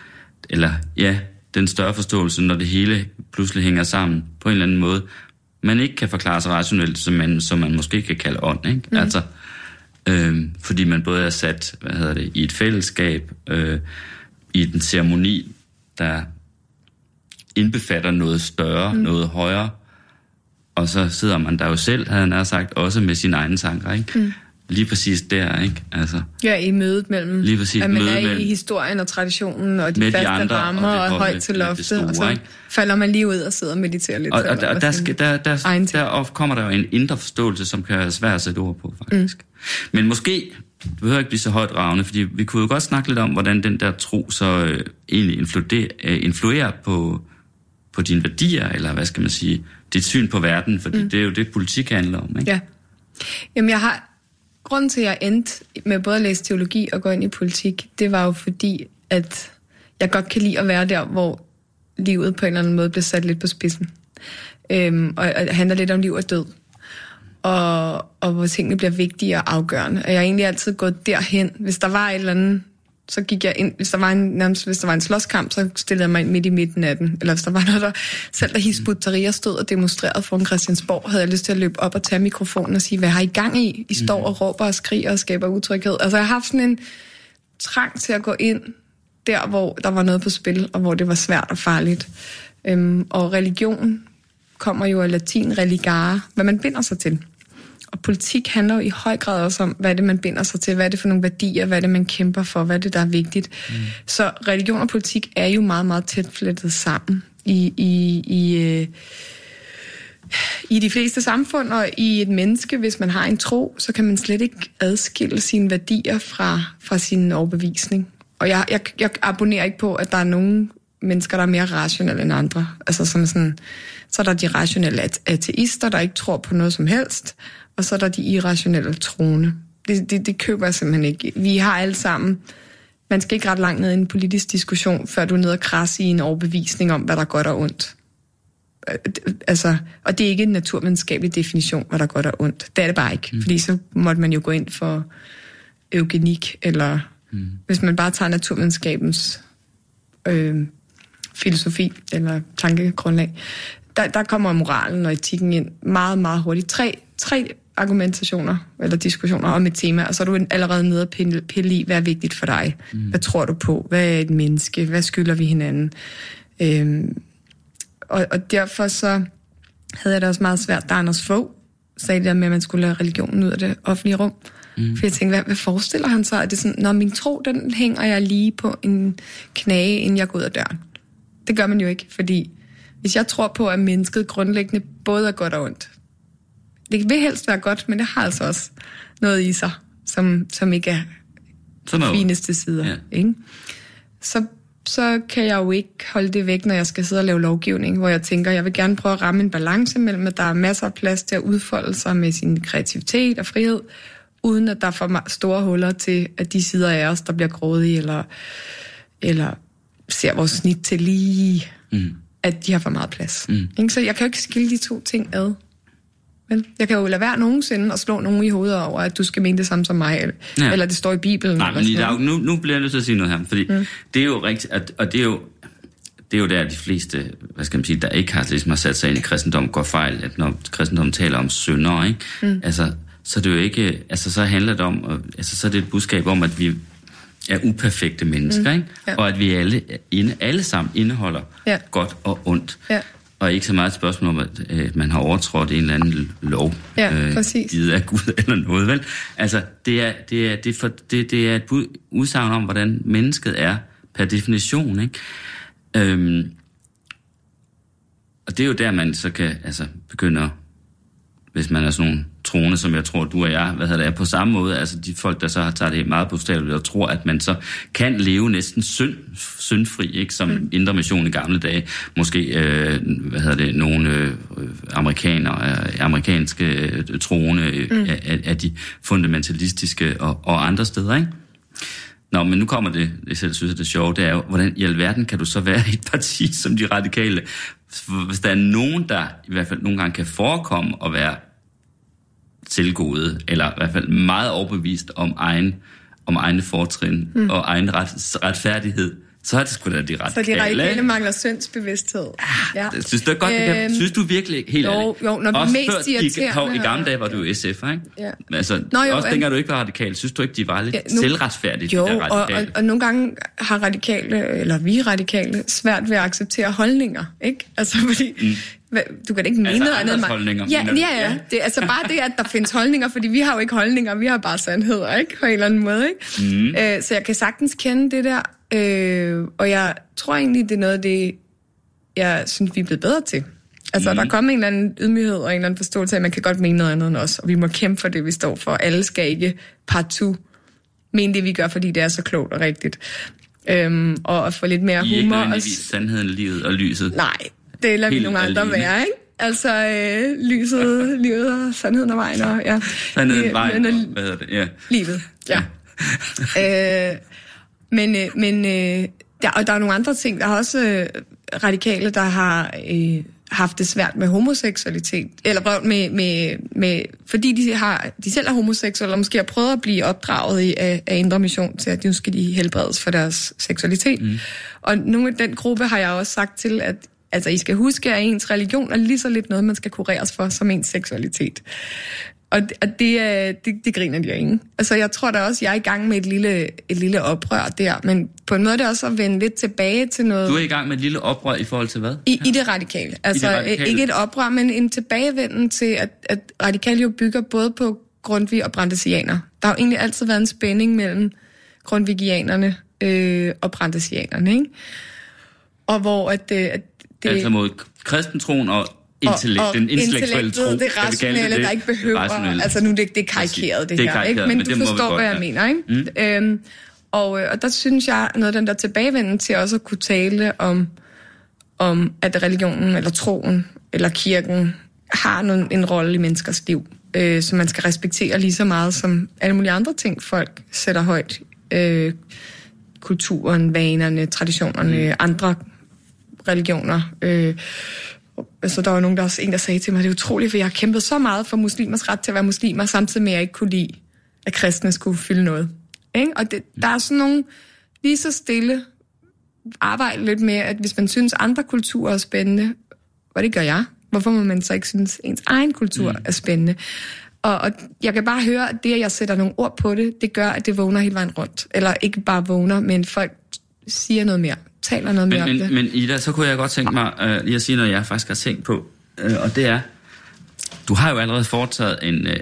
den større forståelse, når det hele pludselig hænger sammen på en eller anden måde, man ikke kan forklare sig rationelt, som man måske kan kalde ånd, ikke? Altså, fordi man både er sat, i et fællesskab, i den ceremoni, der indbefatter noget større, noget højere, og så sidder man der jo selv, havde han sagt, også med sine egne tanker, ikke? Lige præcis der, ikke? Altså, i mødet mellem, lige præcis, at man er i historien og traditionen, og de faste rammer, og højt til loftet, store, og så falder man lige ud og sidder og mediterer lidt. Og der kommer der jo en indre forståelse, som kan være svær at sætte ord på, faktisk. Men måske, det behøver ikke blive så højt ravne, fordi vi kunne jo godt snakke lidt om, hvordan den der tro så egentlig influerer på dine værdier, eller hvad skal man sige, dit syn på verden, fordi det er jo det, politik handler om, ikke? Ja. Jamen, grunden til, at jeg endte med både at læse teologi og gå ind i politik, det var jo fordi, at jeg godt kan lide at være der, hvor livet på en eller anden måde bliver sat lidt på spidsen. Og det handler lidt om liv og død. Og hvor tingene bliver vigtige og afgørende. Og jeg har egentlig altid gået derhen. Hvis der var et eller andet, så gik jeg ind. Hvis der var en slåskamp, så stillede jeg mig ind midt i midten af den. Eller hvis der var noget, der selv da Hizb ut-Tahrir stod og demonstrerede foran Christiansborg, havde jeg lyst til at løbe op og tage mikrofonen og sige, hvad har I gang i? I står og råber og skriger og skaber utryghed. Altså jeg har haft sådan en trang til at gå ind der, hvor der var noget på spil, og hvor det var svært og farligt. Og religion kommer jo af latin religare, hvad man binder sig til. Og politik handler jo i høj grad også om, hvad det man binder sig til, hvad er det for nogle værdier, hvad er det man kæmper for, hvad er det der er vigtigt. Så religion og politik er jo meget, meget tæt flettet sammen i de fleste samfund, og i et menneske, hvis man har en tro, så kan man slet ikke adskille sine værdier fra sin overbevisning. Og jeg abonnerer ikke på, at der er nogen mennesker, der er mere rationelle end andre. Altså sådan, så er der de rationelle ateister, der ikke tror på noget som helst, og så er der de irrationelle troende. Det køber jeg simpelthen ikke. Vi har alle sammen, man skal ikke ret langt ned i en politisk diskussion, før du er nede og krasse i en overbevisning om, hvad der er godt og ondt. Altså, og det er ikke en naturvidenskabelig definition, hvad der er godt og ondt. Det er det bare ikke, fordi så måtte man jo gå ind for eugenik, eller hvis man bare tager naturvidenskabens filosofi eller tankegrundlag, der kommer moralen og etikken ind meget, meget hurtigt. Tre argumentationer eller diskussioner om et tema, og så er du allerede nede og pille i, hvad er vigtigt for dig? Hvad tror du på? Hvad er et menneske? Hvad skylder vi hinanden? Og derfor så havde jeg det også meget svært, da Anders Fogh sagde det der med, at man skulle lade religionen ud af det offentlige rum. For jeg tænkte, hvad forestiller han så? Er det sådan, når min tro, den hænger jeg lige på en knage, inden jeg går ud af døren? Det gør man jo ikke, fordi hvis jeg tror på, at mennesket grundlæggende både er godt og ondt, det vil helst være godt, men det har altså også noget i sig, som ikke er fineste sider. Ja. Ikke? Så kan jeg jo ikke holde det væk, når jeg skal sidde og lave lovgivning, hvor jeg tænker, jeg vil gerne prøve at ramme en balance mellem, at der er masser af plads til at udfolde sig med sin kreativitet og frihed, uden at der er for store huller til, at de sider af os, der bliver grådige, eller ser vores snit til lige, at de har for meget plads. Så jeg kan jo ikke skille de to ting ad. Vel? Jeg kan jo lade være nogensinde og slå nogen i hovedet over, at du skal mene det samme som mig, eller det står i Bibelen. Nej, men nu bliver jeg nødt til at sige noget her, fordi det er jo rigtigt, og det er jo der de fleste, hvad skal man sige, der ikke har sat sig ind i kristendom, går fejl, at når kristendommen taler om synder, ikke? Altså, så er det jo ikke, altså så handler det om, altså så er det et budskab om, at er uperfekte mennesker, ikke? Ja. Og at vi alle sammen indeholder godt og ondt. Ja. Og ikke så meget et spørgsmål om, at man har overtrådt en eller anden lov, givet af Gud eller noget, vel? Altså, det er et udsagn om, hvordan mennesket er per definition, ikke? Og det er jo der, man så kan begynde, hvis man er sådan nogle troende, som jeg tror, du og jeg, er på samme måde, altså de folk, der så tager det meget bogstaveligt og tror, at man så kan leve næsten syndfri, ikke, som Indre Mission i gamle dage, måske, nogle amerikanske troende af de fundamentalistiske og andre steder, ikke? Nå, men nu kommer det jeg selv synes, det sjove, det er jo, hvordan i alverden kan du så være i et parti som de radikale, hvis der er nogen, der i hvert fald nogle gange kan forekomme at være tilgode, eller i hvert fald meget overbevist om egne fortrin og egen retfærdighed, så er det sgu da de radikale. Så de radikale mangler syndsbevidsthed. Ja. Synes du godt, synes du virkelig helt ærligt? Jo, når også mest irriterende. I gamle dage var du SF'er, ikke? Ja. Altså, også dengang du ikke var radikal, synes du ikke, de var lidt selvretfærdige? Jo, og nogle gange har vi radikale, svært ved at acceptere holdninger, ikke? Altså, fordi du kan ikke mene noget andet. Holdninger. Ja. Det er altså bare det, at der findes holdninger, fordi vi har jo ikke holdninger, vi har bare sandheder, ikke? På en eller anden måde, ikke? Så jeg kan sagtens kende det der, og jeg tror egentlig, det er noget af det, jeg synes, vi er blevet bedre til. Altså, der kommer en eller anden ydmyghed og en eller anden forståelse af, at man kan godt mene noget andet end os, og vi må kæmpe for det, vi står for. Alle skal ikke partout mene det, vi gør, fordi det er så klogt og rigtigt. Og få lidt mere humor. I ikke nødvendigvis sandheden, livet og lyset. Nej, det lader vi nogle andre være, ikke? Altså, livet og sandheden og vejen og, ja. Sandheden, vejen og, hvad hedder det? Ja. Livet, ja. Og der er nogle andre ting. Der er også radikale, der har haft det svært med homoseksualitet. Eller med fordi de selv er homoseksuelle, og måske har prøvet at blive opdraget af Indre Mission til, at nu skal de helbredes for deres seksualitet. Og nogle af den gruppe har jeg også sagt til, at altså, I skal huske, at ens religion er lige så lidt noget, man skal kureres for, som ens seksualitet. Og det griner de jo ingen. Altså, jeg tror da også, jeg er i gang med et lille oprør der, men på en måde er det også at vende lidt tilbage til noget. Du er i gang med et lille oprør i forhold til hvad? I det radikale. Altså, ikke et oprør, men en tilbagevenden til, at radikale jo bygger både på Grundtvig og brandesianer. Der har jo egentlig altid været en spænding mellem grundtvigianerne og brandesianerne, ikke? Og hvor det altså mod kristentroen og den intellektuelle tro. Det rationelle, der ikke behøver. Altså nu det er karikeret det her, ikke? Men du forstår, hvad jeg mener, ikke? Og der synes jeg, noget af den der tilbagevenden til også at kunne tale om at religionen, eller troen, eller kirken, har en rolle i menneskers liv, som man skal respektere lige så meget som alle mulige andre ting, folk sætter højt. Kulturen, vanerne, traditionerne, andre religioner. Altså, der var nogen, der sagde til mig, det er utroligt, for jeg har kæmpet så meget for muslimers ret til at være muslimer, samtidig med, at jeg ikke kunne lide, at kristne skulle fylde noget. Ikke? Og der er sådan nogle lige så stille arbejde lidt med, at hvis man synes, andre kulturer er spændende, og det gør jeg, hvorfor må man så ikke synes, ens egen kultur er spændende? Og jeg kan bare høre, at det, at jeg sætter nogle ord på det gør, at det vågner hele vejen rundt. Eller ikke bare vågner, men folk siger noget mere, taler noget mere om det. Men Ida, så kunne jeg godt tænke mig lige at sige noget, jeg faktisk har tænkt på. Og det er, du har jo allerede foretaget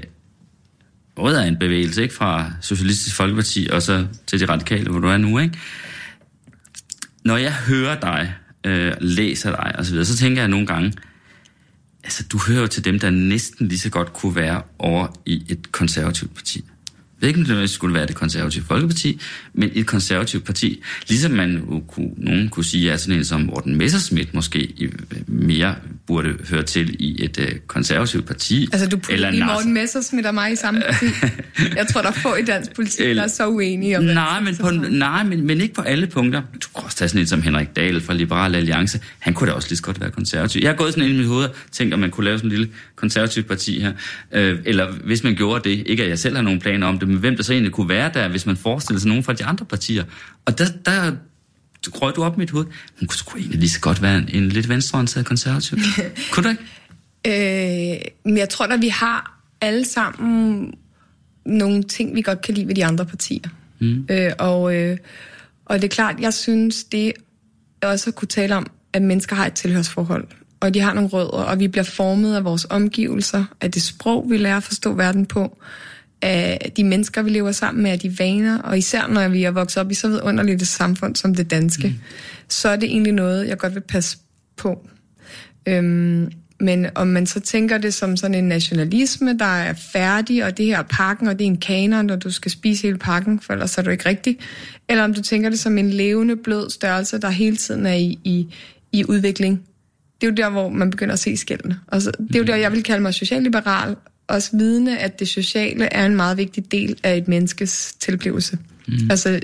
en bevægelse, ikke, fra Socialistisk Folkeparti og så til de radikale, hvor du er nu, ikke? Når jeg hører dig, læser dig og så videre, så tænker jeg nogle gange, altså du hører jo til dem, der næsten lige så godt kunne være over i et konservativt parti. Jeg ved ikke, om det skulle være det konservative Folkeparti, men et konservativt parti, ligesom nogen kunne sige, at sådan en som Morten Messerschmidt måske mere burde høre til i et konservativt parti. Altså du putter lige Morten Messerschmidt og mig i samme parti. Jeg tror, der er få i dansk politik, der er så uenige om det. Men ikke på alle punkter. Du kan også tage sådan en som Henrik Dahl fra Liberal Alliance. Han kunne da også lige så godt være konservativ. Jeg har gået sådan ind i mit hoved og tænkt, om man kunne lave sådan en lille konservativt parti her. Eller hvis man gjorde det, ikke at jeg selv har nogen planer om det, men hvem der så egentlig kunne være der, hvis man forestiller sig nogen fra de andre partier. Og der røg du op i mit hoved. Hun kunne sgu egentlig lige så godt være en lidt venstreorienteret konservativ. Kunne du ikke? Men jeg tror da, vi har alle sammen nogle ting, vi godt kan lide ved de andre partier. Og det er klart, jeg synes, det også at kunne tale om, at mennesker har et tilhørsforhold, og de har nogle rødder, og vi bliver formet af vores omgivelser, af det sprog, vi lærer at forstå verden på, af de mennesker, vi lever sammen med, af de vaner, og især når vi er vokset op i så vidunderligt et samfund som det danske, så er det egentlig noget, jeg godt vil passe på. Men om man så tænker det som sådan en nationalisme, der er færdig, og det her er pakken, og det er en kanon, og du skal spise hele pakken, for ellers er du ikke rigtig, eller om du tænker det som en levende, blød størrelse, der hele tiden er i udvikling. Det er jo der, hvor man begynder at se skellene. Altså, det er jo der, jeg vil kalde mig socialliberal, også vidne, at det sociale er en meget vigtig del af et menneskes tilblivelse. Altså,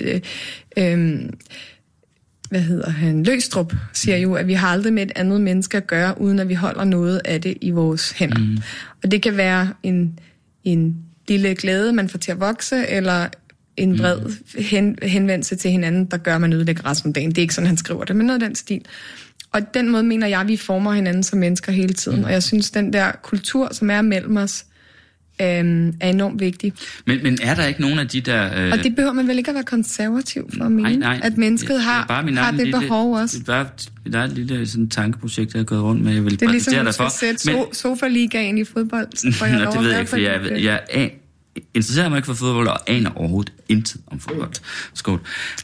Løgstrup siger jo, at vi har aldrig med et andet menneske at gøre, uden at vi holder noget af det i vores hænder. Og det kan være en lille glæde, man får til at vokse, eller en bred henvendelse til hinanden, der gør, at man ødelægger resten af dagen. Det er ikke sådan, han skriver det, men noget af den stil. Og den måde mener jeg, at vi former hinanden som mennesker hele tiden. Og jeg synes, den der kultur, som er mellem os, er enormt vigtig. Men er der ikke nogen af de der... Og det behøver man vel ikke at være konservativ for at mene, nej, at mennesket har det behov også. Det er et lille sådan tankeprojekt, jeg har gået rundt med. Jeg vil det er ligesom, at du skal sætte Sofa-ligaen i fodbold. Det ved jeg ikke, for jeg interesserer mig ikke for fodbold, og aner overhovedet intet om fodbold. Skål.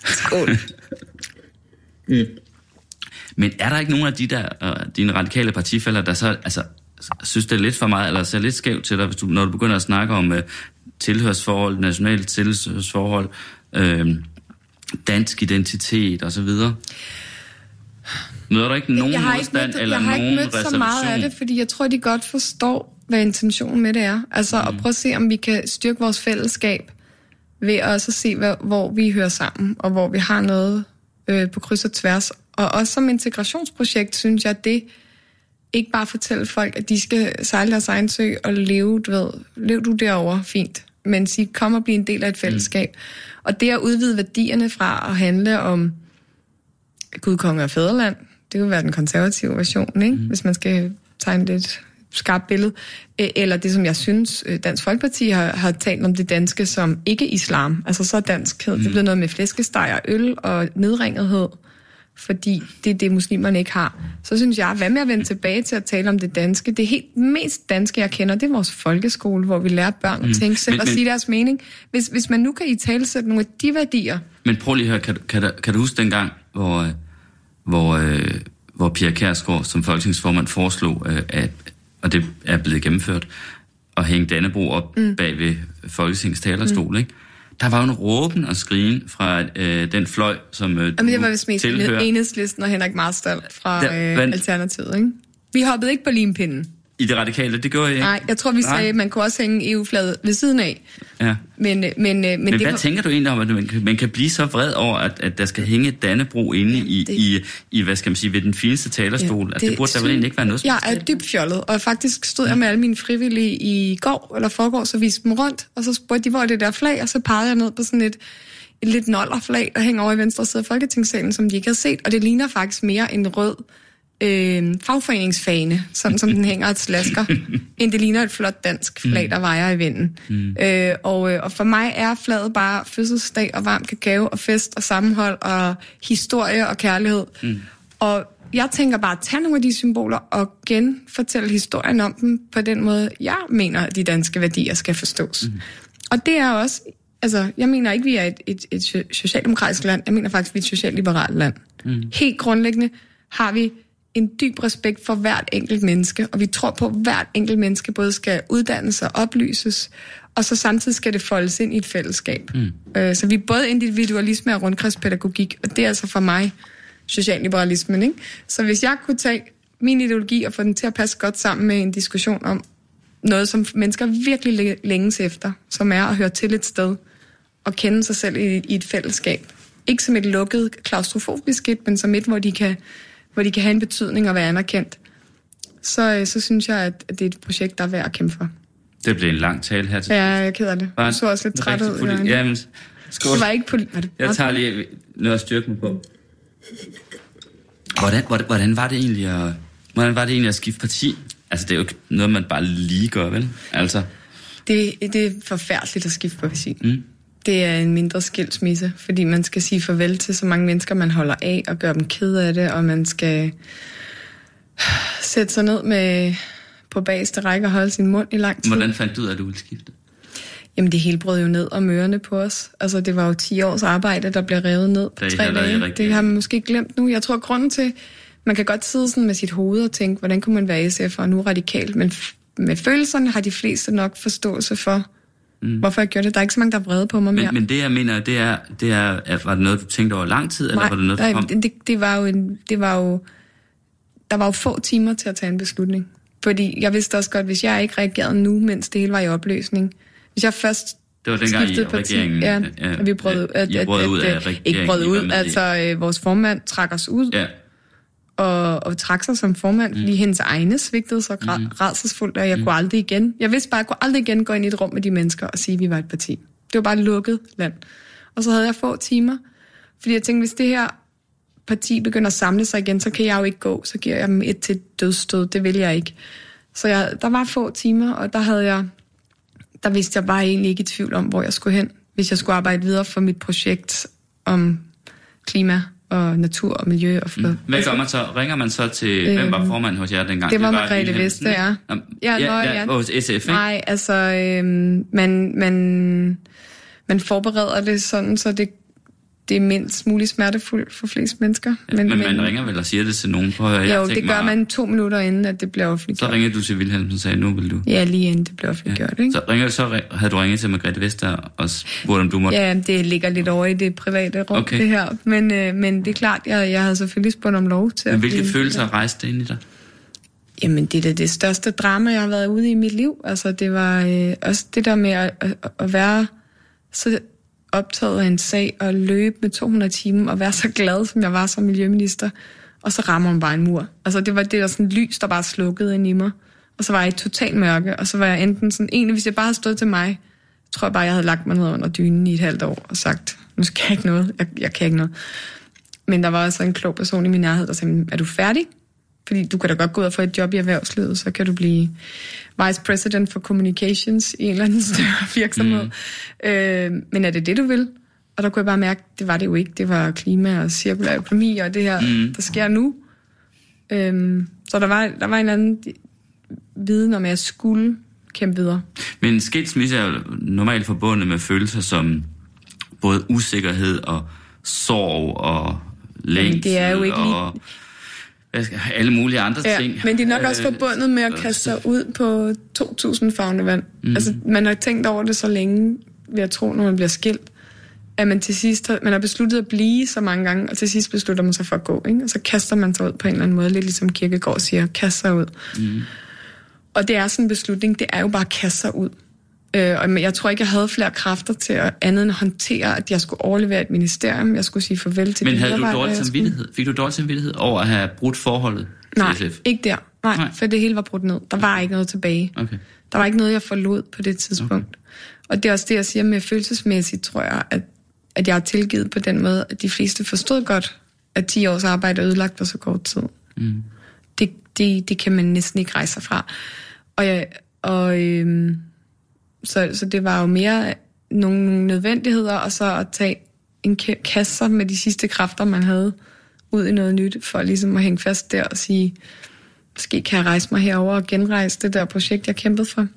Men er der ikke nogen af de der, dine radikale partifæller, der så synes, det er lidt for meget, eller ser lidt skævt til dig, når du begynder at snakke om tilhørsforhold, nationalt tilhørsforhold, dansk identitet osv.? Møder der ikke nogen modstand eller nogen reservation? Jeg har ikke mødt så meget af det, fordi jeg tror, de godt forstår, hvad intentionen med det er. Altså at prøve at se, om vi kan styrke vores fællesskab ved også at se, hvor vi hører sammen, og hvor vi har noget på kryds og tværs. Og også som integrationsprojekt, synes jeg, det ikke bare fortælle folk, at de skal sejle deres egen sø og lev du derovre fint, men sige, kom og blive en del af et fællesskab. Og det at udvide værdierne fra at handle om Gud, konge og fædreland, det kunne være den konservative version, ikke? Hvis man skal tegne lidt skarpt billede. Eller det, som jeg synes, Dansk Folkeparti har talt om det danske som ikke-islam. Altså så danskhed. Det bliver noget med flæskesteg og øl og nedringethed, fordi det er det, muslimerne ikke har. Så synes jeg, hvad med at vende tilbage til at tale om det danske? Det helt mest danske, jeg kender, det er vores folkeskole, hvor vi lærer børn at tænke selv og sige deres mening. Hvis man nu kan italesætte nogle af de værdier... Men prøv lige at høre, kan du huske dengang, hvor Pia Kjærsgaard som folketingsformand foreslog, og det er blevet gennemført, at hænge Dannebrog op bag ved Folketingets talerstol, ikke? Der var jo en råben og skrigen fra den fløj, som det var vist mest Enhedslisten og Henrik Marstal fra Alternativet, ikke? Vi hoppede ikke på limpinden. I det radikale, det gjorde jeg ikke. Nej, jeg tror, vi sagde, at man kunne også hænge EU-flaget ved siden af. Ja. Men hvad tænker du egentlig om, at man kan blive så vred over, at der skal hænge et Dannebrog inde i hvad skal man sige, ved den fineste talerstol? Ja, det burde der vel egentlig ikke være noget. Jeg er dybt fjollet, og faktisk stod jeg med alle mine frivillige i går eller forgår, så viste dem rundt, og så spurgte de, hvor er det der flag, og så pegede jeg ned på sådan et lidt nollerflag, der hænger over i venstre side af Folketingssalen, som de ikke har set, og det ligner faktisk mere en rød fagforeningsfane, sådan som den hænger et slasker, end det ligner et flot dansk flag, der vejer i vinden. Og for mig er flaget bare fødselsdag og varm kakao og fest og sammenhold og historie og kærlighed. Og jeg tænker bare, at tage nogle af de symboler og genfortælle historien om dem på den måde, jeg mener, at de danske værdier skal forstås. Og det er også, altså, jeg mener ikke, vi er et socialdemokratisk land, jeg mener faktisk, vi er et socialliberalt land. Helt grundlæggende har vi en dyb respekt for hvert enkelt menneske, og vi tror på, at hvert enkelt menneske både skal uddannes og oplyses, og så samtidig skal det foldes ind i et fællesskab. Så vi er både individualisme og rundkredspædagogik, og det er altså for mig socialliberalismen, ikke? Så hvis jeg kunne tage min ideologi og få den til at passe godt sammen med en diskussion om noget, som mennesker virkelig længes efter, som er at høre til et sted og kende sig selv i et fællesskab. Ikke som et lukket, klaustrofobisk et, men som et, hvor de kan have en betydning og være anerkendt, så synes jeg, at det er et projekt, der er værd at kæmpe for. Det blev en lang tale her til. Ja, jeg keder det. Du så også lidt træt ud. Jamen, skål. Det var ikke jeg tager lige noget at styrke mig på. Hvordan var det egentlig at skifte parti? Altså, det er jo ikke noget, man bare lige gør, vel? Altså. Det er forfærdeligt at skifte parti. Det er en mindre skilsmisse, fordi man skal sige farvel til så mange mennesker, man holder af, og gøre dem ked af det, og man skal sætte sig ned på bagerste række og holde sin mund i lang tid. Hvordan fandt du ud af, at du ville skifte? Jamen, det hele brød jo ned om ørerne på os. Altså, det var jo 10 års arbejde, der blev revet ned på 3 dage. Det har man måske glemt nu. Jeg tror, grunden til, man kan godt sidde sådan med sit hoved og tænke, hvordan kunne man være SF og nu radikalt, men med følelserne har de fleste nok forståelse for, hvorfor jeg gjorde det. Der er ikke så mange, der er vrede på mig mere. Men det, jeg mener, det er, var det noget, du tænkte over lang tid, eller var det noget, der kom? Der var jo få timer til at tage en beslutning. Fordi jeg vidste også godt, hvis jeg ikke reagerede nu, mens det hele var i opløsning. Hvis jeg først det var dengang i regeringen. Vi brød ud af regeringen. Ikke brød ud, altså vores formand trak os ud. Og trak sig som formand, fordi hendes egne svigtede så rædselsfuldt, at jeg kunne aldrig igen. Jeg vidste bare, at jeg kunne aldrig igen gå ind i et rum med de mennesker og sige, at vi var et parti. Det var bare et lukket land. Og så havde jeg få timer, fordi jeg tænkte, hvis det her parti begynder at samle sig igen, så kan jeg jo ikke gå. Så giver jeg dem et til dødsstød. Det vil jeg ikke. Så der var få timer, og der vidste jeg bare egentlig ikke i tvivl om, hvor jeg skulle hen, hvis jeg skulle arbejde videre for mit projekt om klima og natur og miljø. Og hvad gør man så? Ringer man så til, hvem var formand hos jer dengang? Det var Margrethe Vestager. Ja, hos SF, ikke? Nej, altså, man forbereder det sådan, så det er mindst muligt smertefuldt for flest mennesker. Men man ringer vel og siger det til nogen? Jo, det gør man 2 minutter inden, at det bliver offentliggjort. Så ringer du til Wilhelm og sagde, nu vil du... Ja, lige inden det bliver offentliggjort, ikke? Så havde du ringet til Margrethe Vestager og spurgt, om du måtte... Ja, det ligger lidt over i det private rum, det her. Men det er klart, jeg havde selvfølgelig spurgt om lov til at... Men hvilke følelser rejste det ind i dig? Jamen, det er det største drama, jeg har været ude i mit liv. Altså, det var også det der med at være så optaget af en sag og løbe med 200 timer og være så glad, som jeg var som miljøminister. Og så rammer man bare en mur. Altså, det var det der sådan lys, der bare slukkede ind i mig. Og så var jeg i total mørke, og så var jeg enten sådan... Egentlig, hvis jeg bare havde stået til mig, tror jeg bare, jeg havde lagt mig ned under dynen i et halvt år og sagt, nu skal jeg ikke noget. Jeg kan ikke noget. Men der var også en klog person i min nærhed, der sagde, er du færdig? Fordi du kan da godt gå ud og få et job i erhvervslivet, så kan du blive vice president for communications i en eller anden større virksomhed. Men er det du vil? Og der kunne jeg bare mærke, det var det jo ikke. Det var klima og cirkulær økonomi og det her, der sker nu. Så der var en eller anden viden om, at jeg skulle kæmpe videre. Men skilsmisse er jo normalt forbundet med følelser som både usikkerhed og sorg og længsel. Det er jo ikke lige... alle mulige andre ting. Men det er nok også forbundet med at kaste sig ud på 2.000 favne vand. Altså, man har tænkt over det så længe, ved at tro, når man bliver skilt, at man til sidst man har besluttet at blive så mange gange, og til sidst beslutter man sig for at gå, ikke? Og så kaster man sig ud på en eller anden måde, lidt ligesom Kierkegaard siger, kaste sig ud. Og det er sådan en beslutning, det er jo bare at kaste sig ud. Og jeg tror ikke, jeg havde flere kræfter til andet end at håndtere, at jeg skulle overlevere et ministerium, jeg skulle sige farvel til de medarbejdere. Men havde du dårlig samvittighed? Fik du dårlig samvittighed over at have brudt forholdet til SF? Ikke der. Nej, for det hele var brudt ned. Der var ikke noget tilbage. Okay. Der var ikke noget, jeg forlod på det tidspunkt. Okay. Og det er også det, jeg siger med følelsesmæssigt, tror jeg, at jeg har tilgivet på den måde, at de fleste forstod godt, at 10 års arbejde er ødelagt på så kort tid. Det kan man næsten ikke rejse sig fra. Så det var jo mere nogle nødvendigheder, og så at tage en kasse med de sidste kræfter, man havde, ud i noget nyt, for ligesom at hænge fast der og sige, måske kan jeg rejse mig herover og genrejse det der projekt, jeg kæmpede for.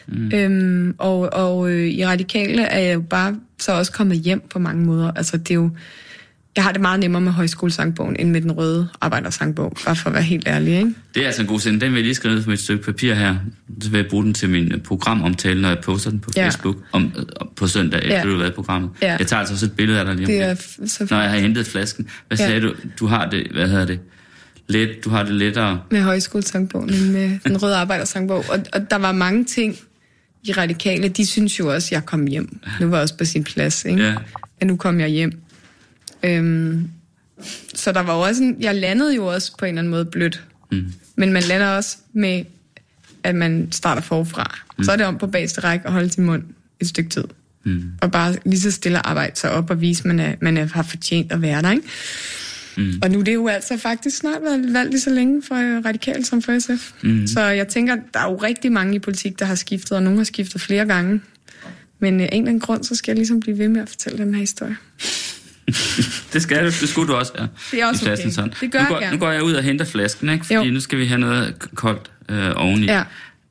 I Radikale er jeg jo bare så også kommet hjem på mange måder. Altså det er jo, jeg har det meget nemmere med højskolesangbogen, end med den røde arbejdersangbog, bare for at være helt ærlig, ikke? Det er altså en god sende. Den vil jeg lige skrive på et stykke papir her. Så vil jeg bruge den til min programomtale, når jeg poster den på Facebook på søndag, efter du har været i programmet. Ja. Jeg tager altså også et billede af dig lige om det. Når jeg har hentet flasken. Hvad sagde du? Du har det, hvad hedder det? Du har det lettere... Med højskolesangbogen, end med den røde arbejdersangbog. Og der var mange ting i Radikale, de synes jo også, at jeg kom hjem. Nu var jeg også på sin plads, ikke? Ja. Men nu kom jeg hjem. Så der var jo også jeg landede jo også på en eller anden måde blødt. Men man lander også med, at man starter forfra. Så er det om på bagerste række og holde sin mund et stykke tid. Og bare lige så stille arbejde sig op og vise, at man har fortjent at være der, ikke? Og nu er det jo altså faktisk snart været valgt lige så længe for Radikale som for SF. Så jeg tænker, der er jo rigtig mange i politik, der har skiftet, og nogle har skiftet flere gange. Men af en eller anden grund, så skal jeg ligesom blive ved med at fortælle den her historie. Det skulle du også, ja. Det er også okay. Sådan. Det gør jeg gerne. Nu går jeg ud og henter flasken, ikke? Fordi nu skal vi have noget koldt oveni. Ja.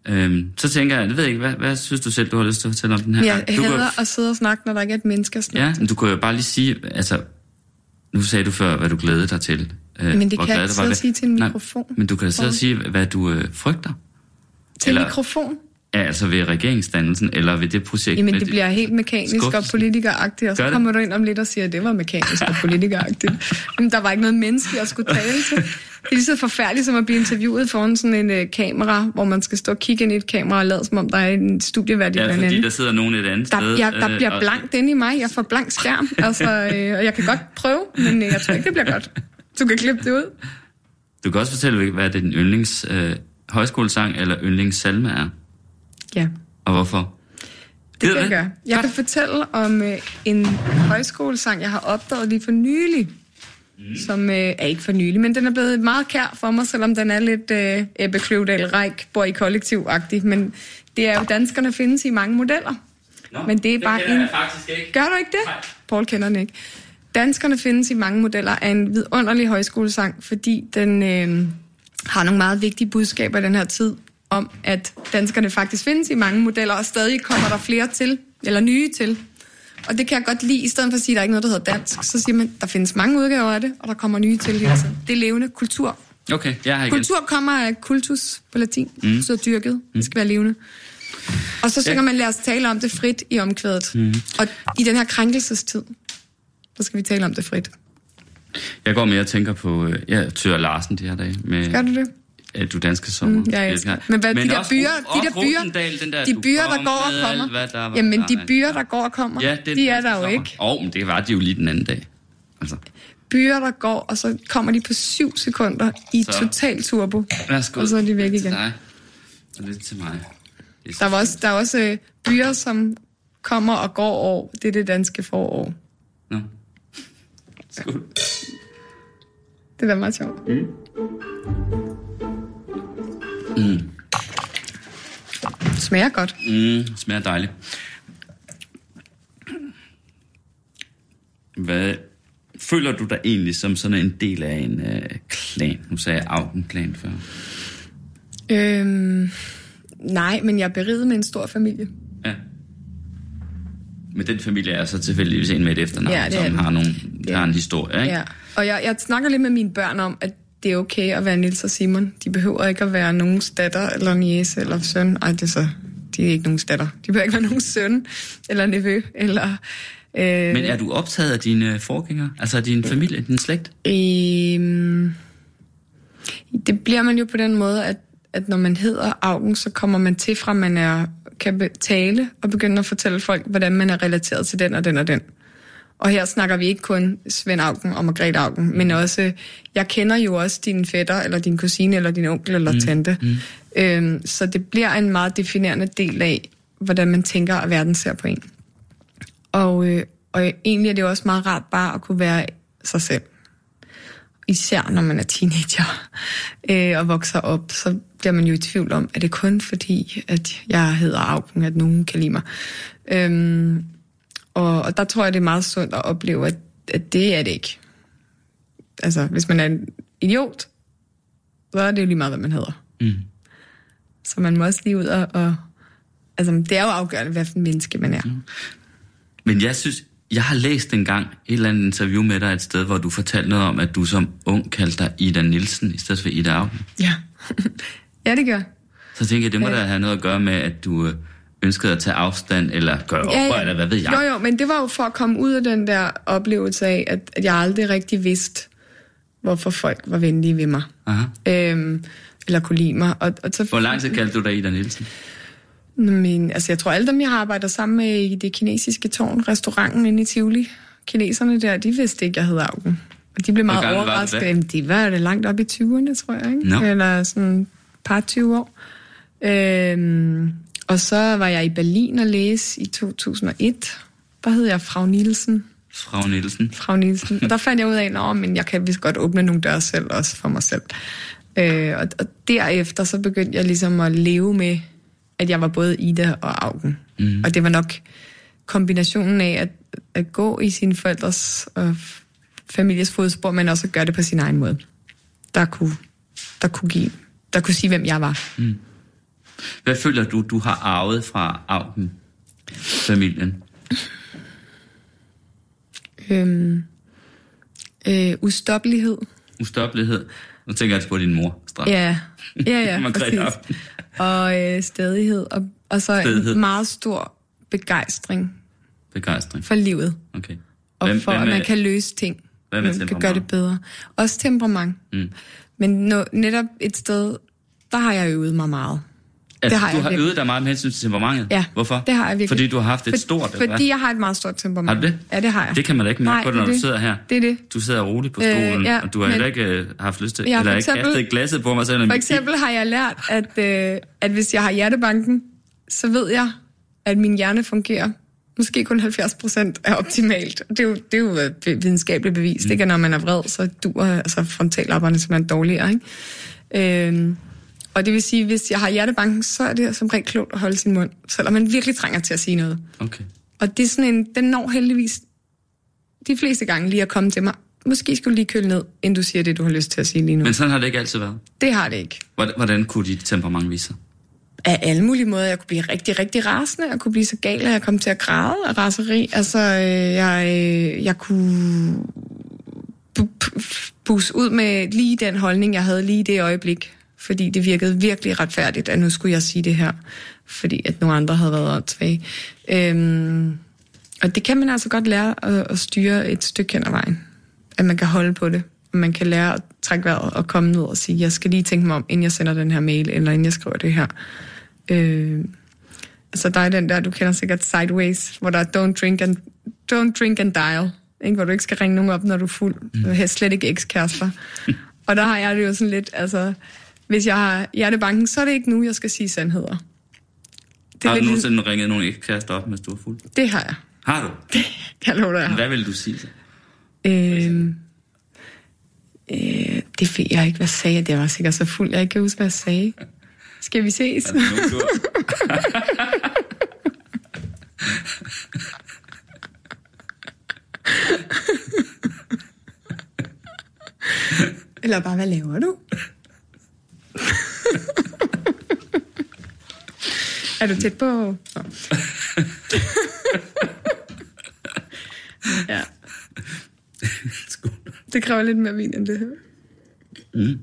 Så tænker jeg ikke, hvad synes du selv, du har lyst til at fortælle om den her? Jeg hader at sidde og snakke, når der ikke er et menneske at snakke. Ja, men du kunne jo bare lige sige, altså, nu sagde du før, hvad du glædede dig til. Men det kan jeg ikke sidde og sige til en mikrofon. Nej, men du kan sidde og sige, hvad du frygter. Til mikrofon? Ja, altså ved regeringsdannelsen, eller ved det projekt. Jamen, det bliver helt mekanisk og politikeragtigt, og så kommer du ind om lidt og siger, at det var mekanisk og politikeragtigt. Men der var ikke noget menneske, jeg skulle tale til. Det er lige så forfærdeligt som at blive interviewet foran sådan en kamera, hvor man skal stå og kigge ind i et kamera og lade som om der er en studievært i blandt andet. Ja, fordi der sidder nogen et andet sted. Der bliver blankt inde i mig. Jeg får blank skærm, altså, og jeg kan godt prøve, men jeg tror ikke, det bliver godt. Du kan klippe det ud. Du kan også fortælle, hvad det din yndlings højskolesang eller yndlingssalme er. Ja. Og hvorfor? Det kan jeg gøre. Jeg kan fortælle om en højskolesang, jeg har opdaget lige for nylig. Som er ikke for nylig, men den er blevet meget kær for mig, selvom den er lidt Ebbe Kløvedal Reich, bor i kollektiv-agtig. Men det er jo, danskerne findes i mange modeller. Nå, men det er bare en... Ikke. Gør du ikke det? Nej. Paul kender den ikke. Danskerne findes i mange modeller af en vidunderlig højskolesang, fordi den har nogle meget vigtige budskaber i den her tid, om at danskerne faktisk findes i mange modeller, og stadig kommer der flere til, eller nye til. Og det kan jeg godt lide, i stedet for at sige, at der er ikke noget, der hedder dansk, så siger man, der findes mange udgaver af det, og der kommer nye til hele tiden. Det er levende kultur. Okay, jeg har igen. Kultur kommer af cultus på latin, så dyrket. Det skal være levende. Og så synger man, lad os tale om det frit i omkvædet. Og i den her krænkelsestid, så skal vi tale om det frit. Jeg går mere og tænker på Thøger Larsen de her dage. Med, gør du det? Du danske sommer. Jeg elsker. Men hvad, de der byer, de byer, der går og kommer. Jamen, de byer, der går og kommer, ja, de er der jo ikke. Men det var de jo lige den anden dag. Altså. Byer, der går, og så kommer de på 7 sekunder i total turbo. Værsgo. Og så er de væk igen. Nej. Og lidt til mig. Der er også byer, som kommer og går år. Det er det danske forår. Nå. Skål. Det er da meget sjovt. Smager godt. Smager dejligt. Hvad føler du dig egentlig som sådan en del af en klan? Nu sagde jeg Augen-klan før. Nej, men jeg er beriget med en stor familie. Ja. Men den familie er så tilfældigvis en med et efternavn, som har en historie, ikke? Ja. Og jeg snakker lidt med mine børn om, at det er okay at være Niels og Simon. De behøver ikke at være nogens datter, eller niece, eller søn. Ej, det er så... De er ikke nogens datter. De behøver ikke være nogens søn, eller nevø, eller... Men er du optaget af dine forgængere? Altså din familie, din slægt? Det bliver man jo på den måde, at når man hedder Augen, så kommer man til fra, man kan tale og begynde at fortælle folk, hvordan man er relateret til den og den og den. Og her snakker vi ikke kun Svend Augen og Margrethe Augen, men også, jeg kender jo også din fætter, eller din kusine, eller din onkel, eller tante. Så det bliver en meget definerende del af, hvordan man tænker, at verden ser på en. Og egentlig er det også meget rart bare at kunne være sig selv. Især når man er teenager og vokser op, så bliver man jo i tvivl om, er det kun fordi, at jeg hedder Augen, at nogen kan lide mig. Og der tror jeg, det er meget sundt at opleve, at det er det ikke. Altså, hvis man er en idiot, så er det jo lige meget, hvad man hedder. Så man må også lige ud og altså, det er jo afgørende, hvad for en menneske man er. Men jeg synes, jeg har læst engang et eller andet interview med dig et sted, hvor du fortalte noget om, at du som ung kaldte dig Ida Nielsen, i stedet for Ida Augen. Ja. Ja, det gør. Så tænker jeg, det må da have noget at gøre med, at du ønskede at tage afstand, eller gøre oprør, eller hvad ved jeg. Jo, men det var jo for at komme ud af den der oplevelse af, at jeg aldrig rigtig vidste, hvorfor folk var venlige ved mig. Eller kunne lide mig. Og så, hvor lang tid kaldte du dig Ida Nielsen? Men, altså, jeg tror, alle dem, jeg har arbejdet sammen med i det kinesiske tårn, restauranten inde i Tivoli, kineserne der, de vidste ikke, jeg hed Augen. Og de blev meget overrasket. De var det langt op i 20'erne, tror jeg, ikke? No. Eller sådan par 20 år. Og så var jeg i Berlin og læse i 2001. Der hed jeg Frau Nielsen. Frau Nielsen. Og der fandt jeg ud af, men jeg kan vist godt åbne nogle døre selv, også for mig selv. Og derefter så begyndte jeg ligesom at leve med, at jeg var både Ida og Augen. Og det var nok kombinationen af at gå i sine forældres og families fodspor, men også at gøre det på sin egen måde, der kunne sige, hvem jeg var. Mm. Hvad føler du har arvet fra Auken-familien? Ustoppelighed. Ustoppelighed. Nu tænker jeg på din mor. Straf. Ja, præcis. Og stædighed. Og så en meget stor begejstring. For livet. Okay. Og for, at man kan løse ting. Man kan gøre det bedre. Også temperament. Mm. Men netop et sted, der har jeg øvet mig meget. Altså, du har øvet dig meget med hensyn til temperamentet? Ja, hvorfor? Det har jeg virkelig. Fordi du har haft et stort, eller hvad? Fordi jeg har et meget stort temperament. Har du det? Ja, det har jeg. Det kan man da ikke mærke på, når du sidder her. Det er det. Du sidder roligt på stolen, og du har heller ikke haft lyst til, eller ikke kastet glasset på mig selv. For eksempel har jeg lært, at hvis jeg har hjertebanken, så ved jeg, at min hjerne fungerer. Måske kun 70% er optimalt. Det er jo videnskabeligt bevis. Det ikke, når man er vred, så duer frontallapperne simpelthen dårligere, ikke? Og det vil sige, hvis jeg har hjertebanken, så er det som regel klogt at holde sin mund, selvom man virkelig trænger til at sige noget. Okay. Og det er sådan den når heldigvis de fleste gange lige at komme til mig. Måske skulle lige køle ned, inden du siger det, du har lyst til at sige lige nu. Men sådan har det ikke altid været? Det har det ikke. Hvordan kunne dit temperament vise sig? Af alle mulige måder. Jeg kunne blive rigtig, rigtig rasende. Jeg kunne blive så gal, at jeg kom til at græde af raseri. Altså, jeg kunne buse ud med lige den holdning, jeg havde lige i det øjeblik. Fordi det virkede virkelig retfærdigt, at nu skulle jeg sige det her. Fordi at nogle andre havde været åndssvage. Og det kan man altså godt lære at styre et stykke hen ad vejen. At man kan holde på det. Man kan lære at trække vejret og komme ned og sige, jeg skal lige tænke mig om, inden jeg sender den her mail, eller inden jeg skriver det her. Altså der er den der, du kender sikkert Sideways, hvor der er don't drink and dial, ikke? Hvor du ikke skal ringe nogen op, når du er fuld. Du har slet ikke ekskærester. Og der har jeg det jo sådan lidt, altså, hvis jeg har hjertebanken, så er det ikke nu, jeg skal sige sandheder. Har du nogensinde ringet nogen ekskærester op, mens du er fuld? Det har jeg. Har du? Det kan jeg love dig. Hvad vil du sige så? Det ved jeg ikke, hvad sagde jeg. Det var sikkert så fuld, jeg ikke kan huske, hvad jeg sagde. Skal vi ses? Eller bare, hvad laver du? Er du tæt på? Ja. Det kræver lidt mere vin end det her. Mm.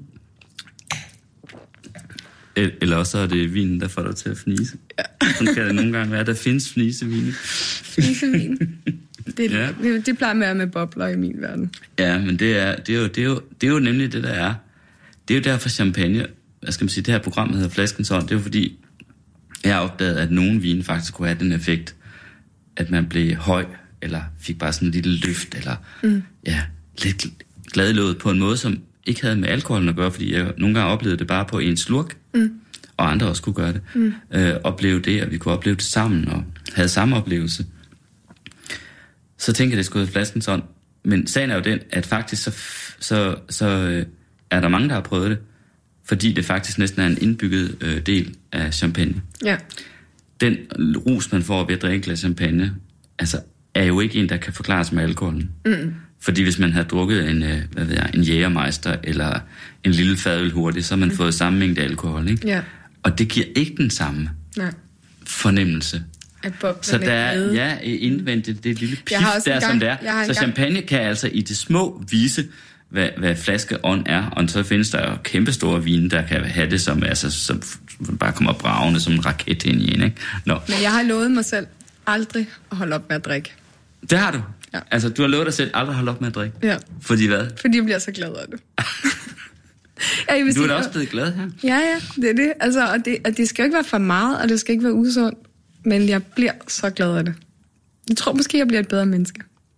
Eller også er det vinen, der får dig til at fnise. Ja. Sådan kan det nogle gange være. Der findes fnisevin. Fnisevin. Det plejer med at med bobler i min verden. Ja, men det er jo nemlig det, der er. Det er jo derfor champagne, hvad skal man sige, det her program hedder Flaskens Ånd, det er jo fordi, jeg har opdaget, at nogle vine faktisk kunne have den effekt, at man blev høj, eller fik bare sådan en lille løft, eller lidt glad i låget på en måde, som ikke havde med alkoholen at gøre, fordi jeg nogle gange oplevede det bare på en slurk, og andre også kunne gøre det. Opleve det, og vi kunne opleve det sammen, og havde samme oplevelse. Så tænker jeg, det skulle have Flaskens Ånd. Men sagen er jo den, at faktisk så er der mange, der har prøvet det, fordi det faktisk næsten er en indbygget del af champagne. Ja. Den rus, man får ved at drikke et glas champagne, altså, er jo ikke en, der kan forklares med alkoholen. Fordi hvis man har drukket en jægermeister eller en lille fadøl hurtigt, så har man fået samme mængde alkohol, ikke? Ja. Og det giver ikke den samme fornemmelse. Så der er indvendigt det lille pif der, som det er. Så champagne kan altså i det små vise, hvad flaskeånd er, og så findes der jo kæmpestore vine, der kan have det, som bare kommer bragende som en raket ind i en, ikke? Nå. Men jeg har lovet mig selv aldrig at holde op med at drikke. Det har du? Ja. Altså, du har lovet dig selv aldrig at holde op med at drikke? Ja. Fordi hvad? Fordi jeg bliver så glad af det. Du er da også blevet glad her. Ja, det er det. Altså, og det skal jo ikke være for meget, og det skal ikke være usundt, men jeg bliver så glad af det. Jeg tror måske, jeg bliver et bedre menneske.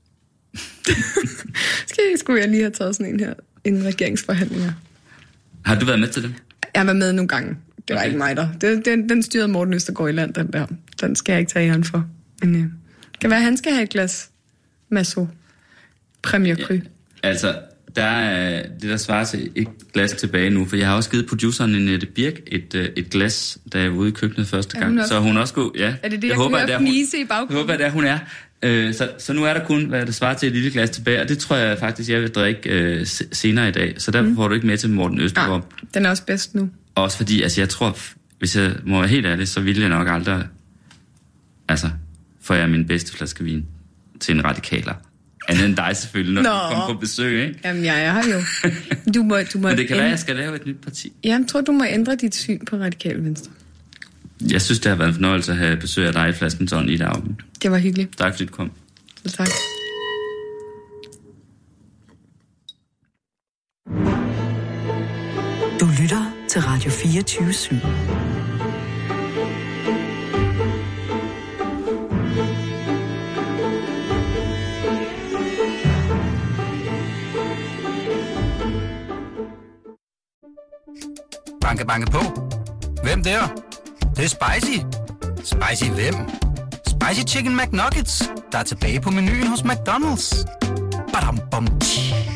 Skulle jeg lige have taget sådan en her inden regeringsforhandlinger. Har du været med til det? Jeg har været med nogle gange. Det var ikke mig der. Den styrede Morten Østergaard i land, den der. Den skal jeg ikke tage æren for. Men det kan være, at han skal have et glas Masso Premier Cru. Ja, altså, Der er det, der svarer til et glas tilbage nu, for jeg har også givet produceren Annette Birk et glas, da jeg var ude i køkkenet første gang. Så hun også kunne... Ja, er det det, jeg håber, kan høre fnise i baggrunden? Jeg håber, at hun er. Så nu er der kun, hvad det svarer til et lille glas tilbage, og det tror jeg faktisk, jeg vil drikke senere i dag. Så der får du ikke med til Morten Østergaard. Den er også bedst nu. Også fordi, altså jeg tror, hvis jeg må være helt ærlig, så ville jeg nok aldrig... Altså, får jeg min bedste flaske vin til en radikaler. Andet end dig selvfølgelig, når du kommer på besøg, ikke? Jamen, jeg er her jo. Du må men det kan være, at jeg skal lave et nyt parti. Jeg tror, du må ændre dit syn på Radikale Venstre. Jeg synes, det har været en fornøjelse at have besøg af dig i Flasken Sådan i dag. Det var hyggeligt. Tak, fordi du kom. Så tak. Du lytter til Radio 24/7. Banke, banke på. Hvem der? Det er spicy. Spicy hvem? Spicy Chicken McNuggets, der er tilbage på menuen hos McDonald's. Badum, bom, tji.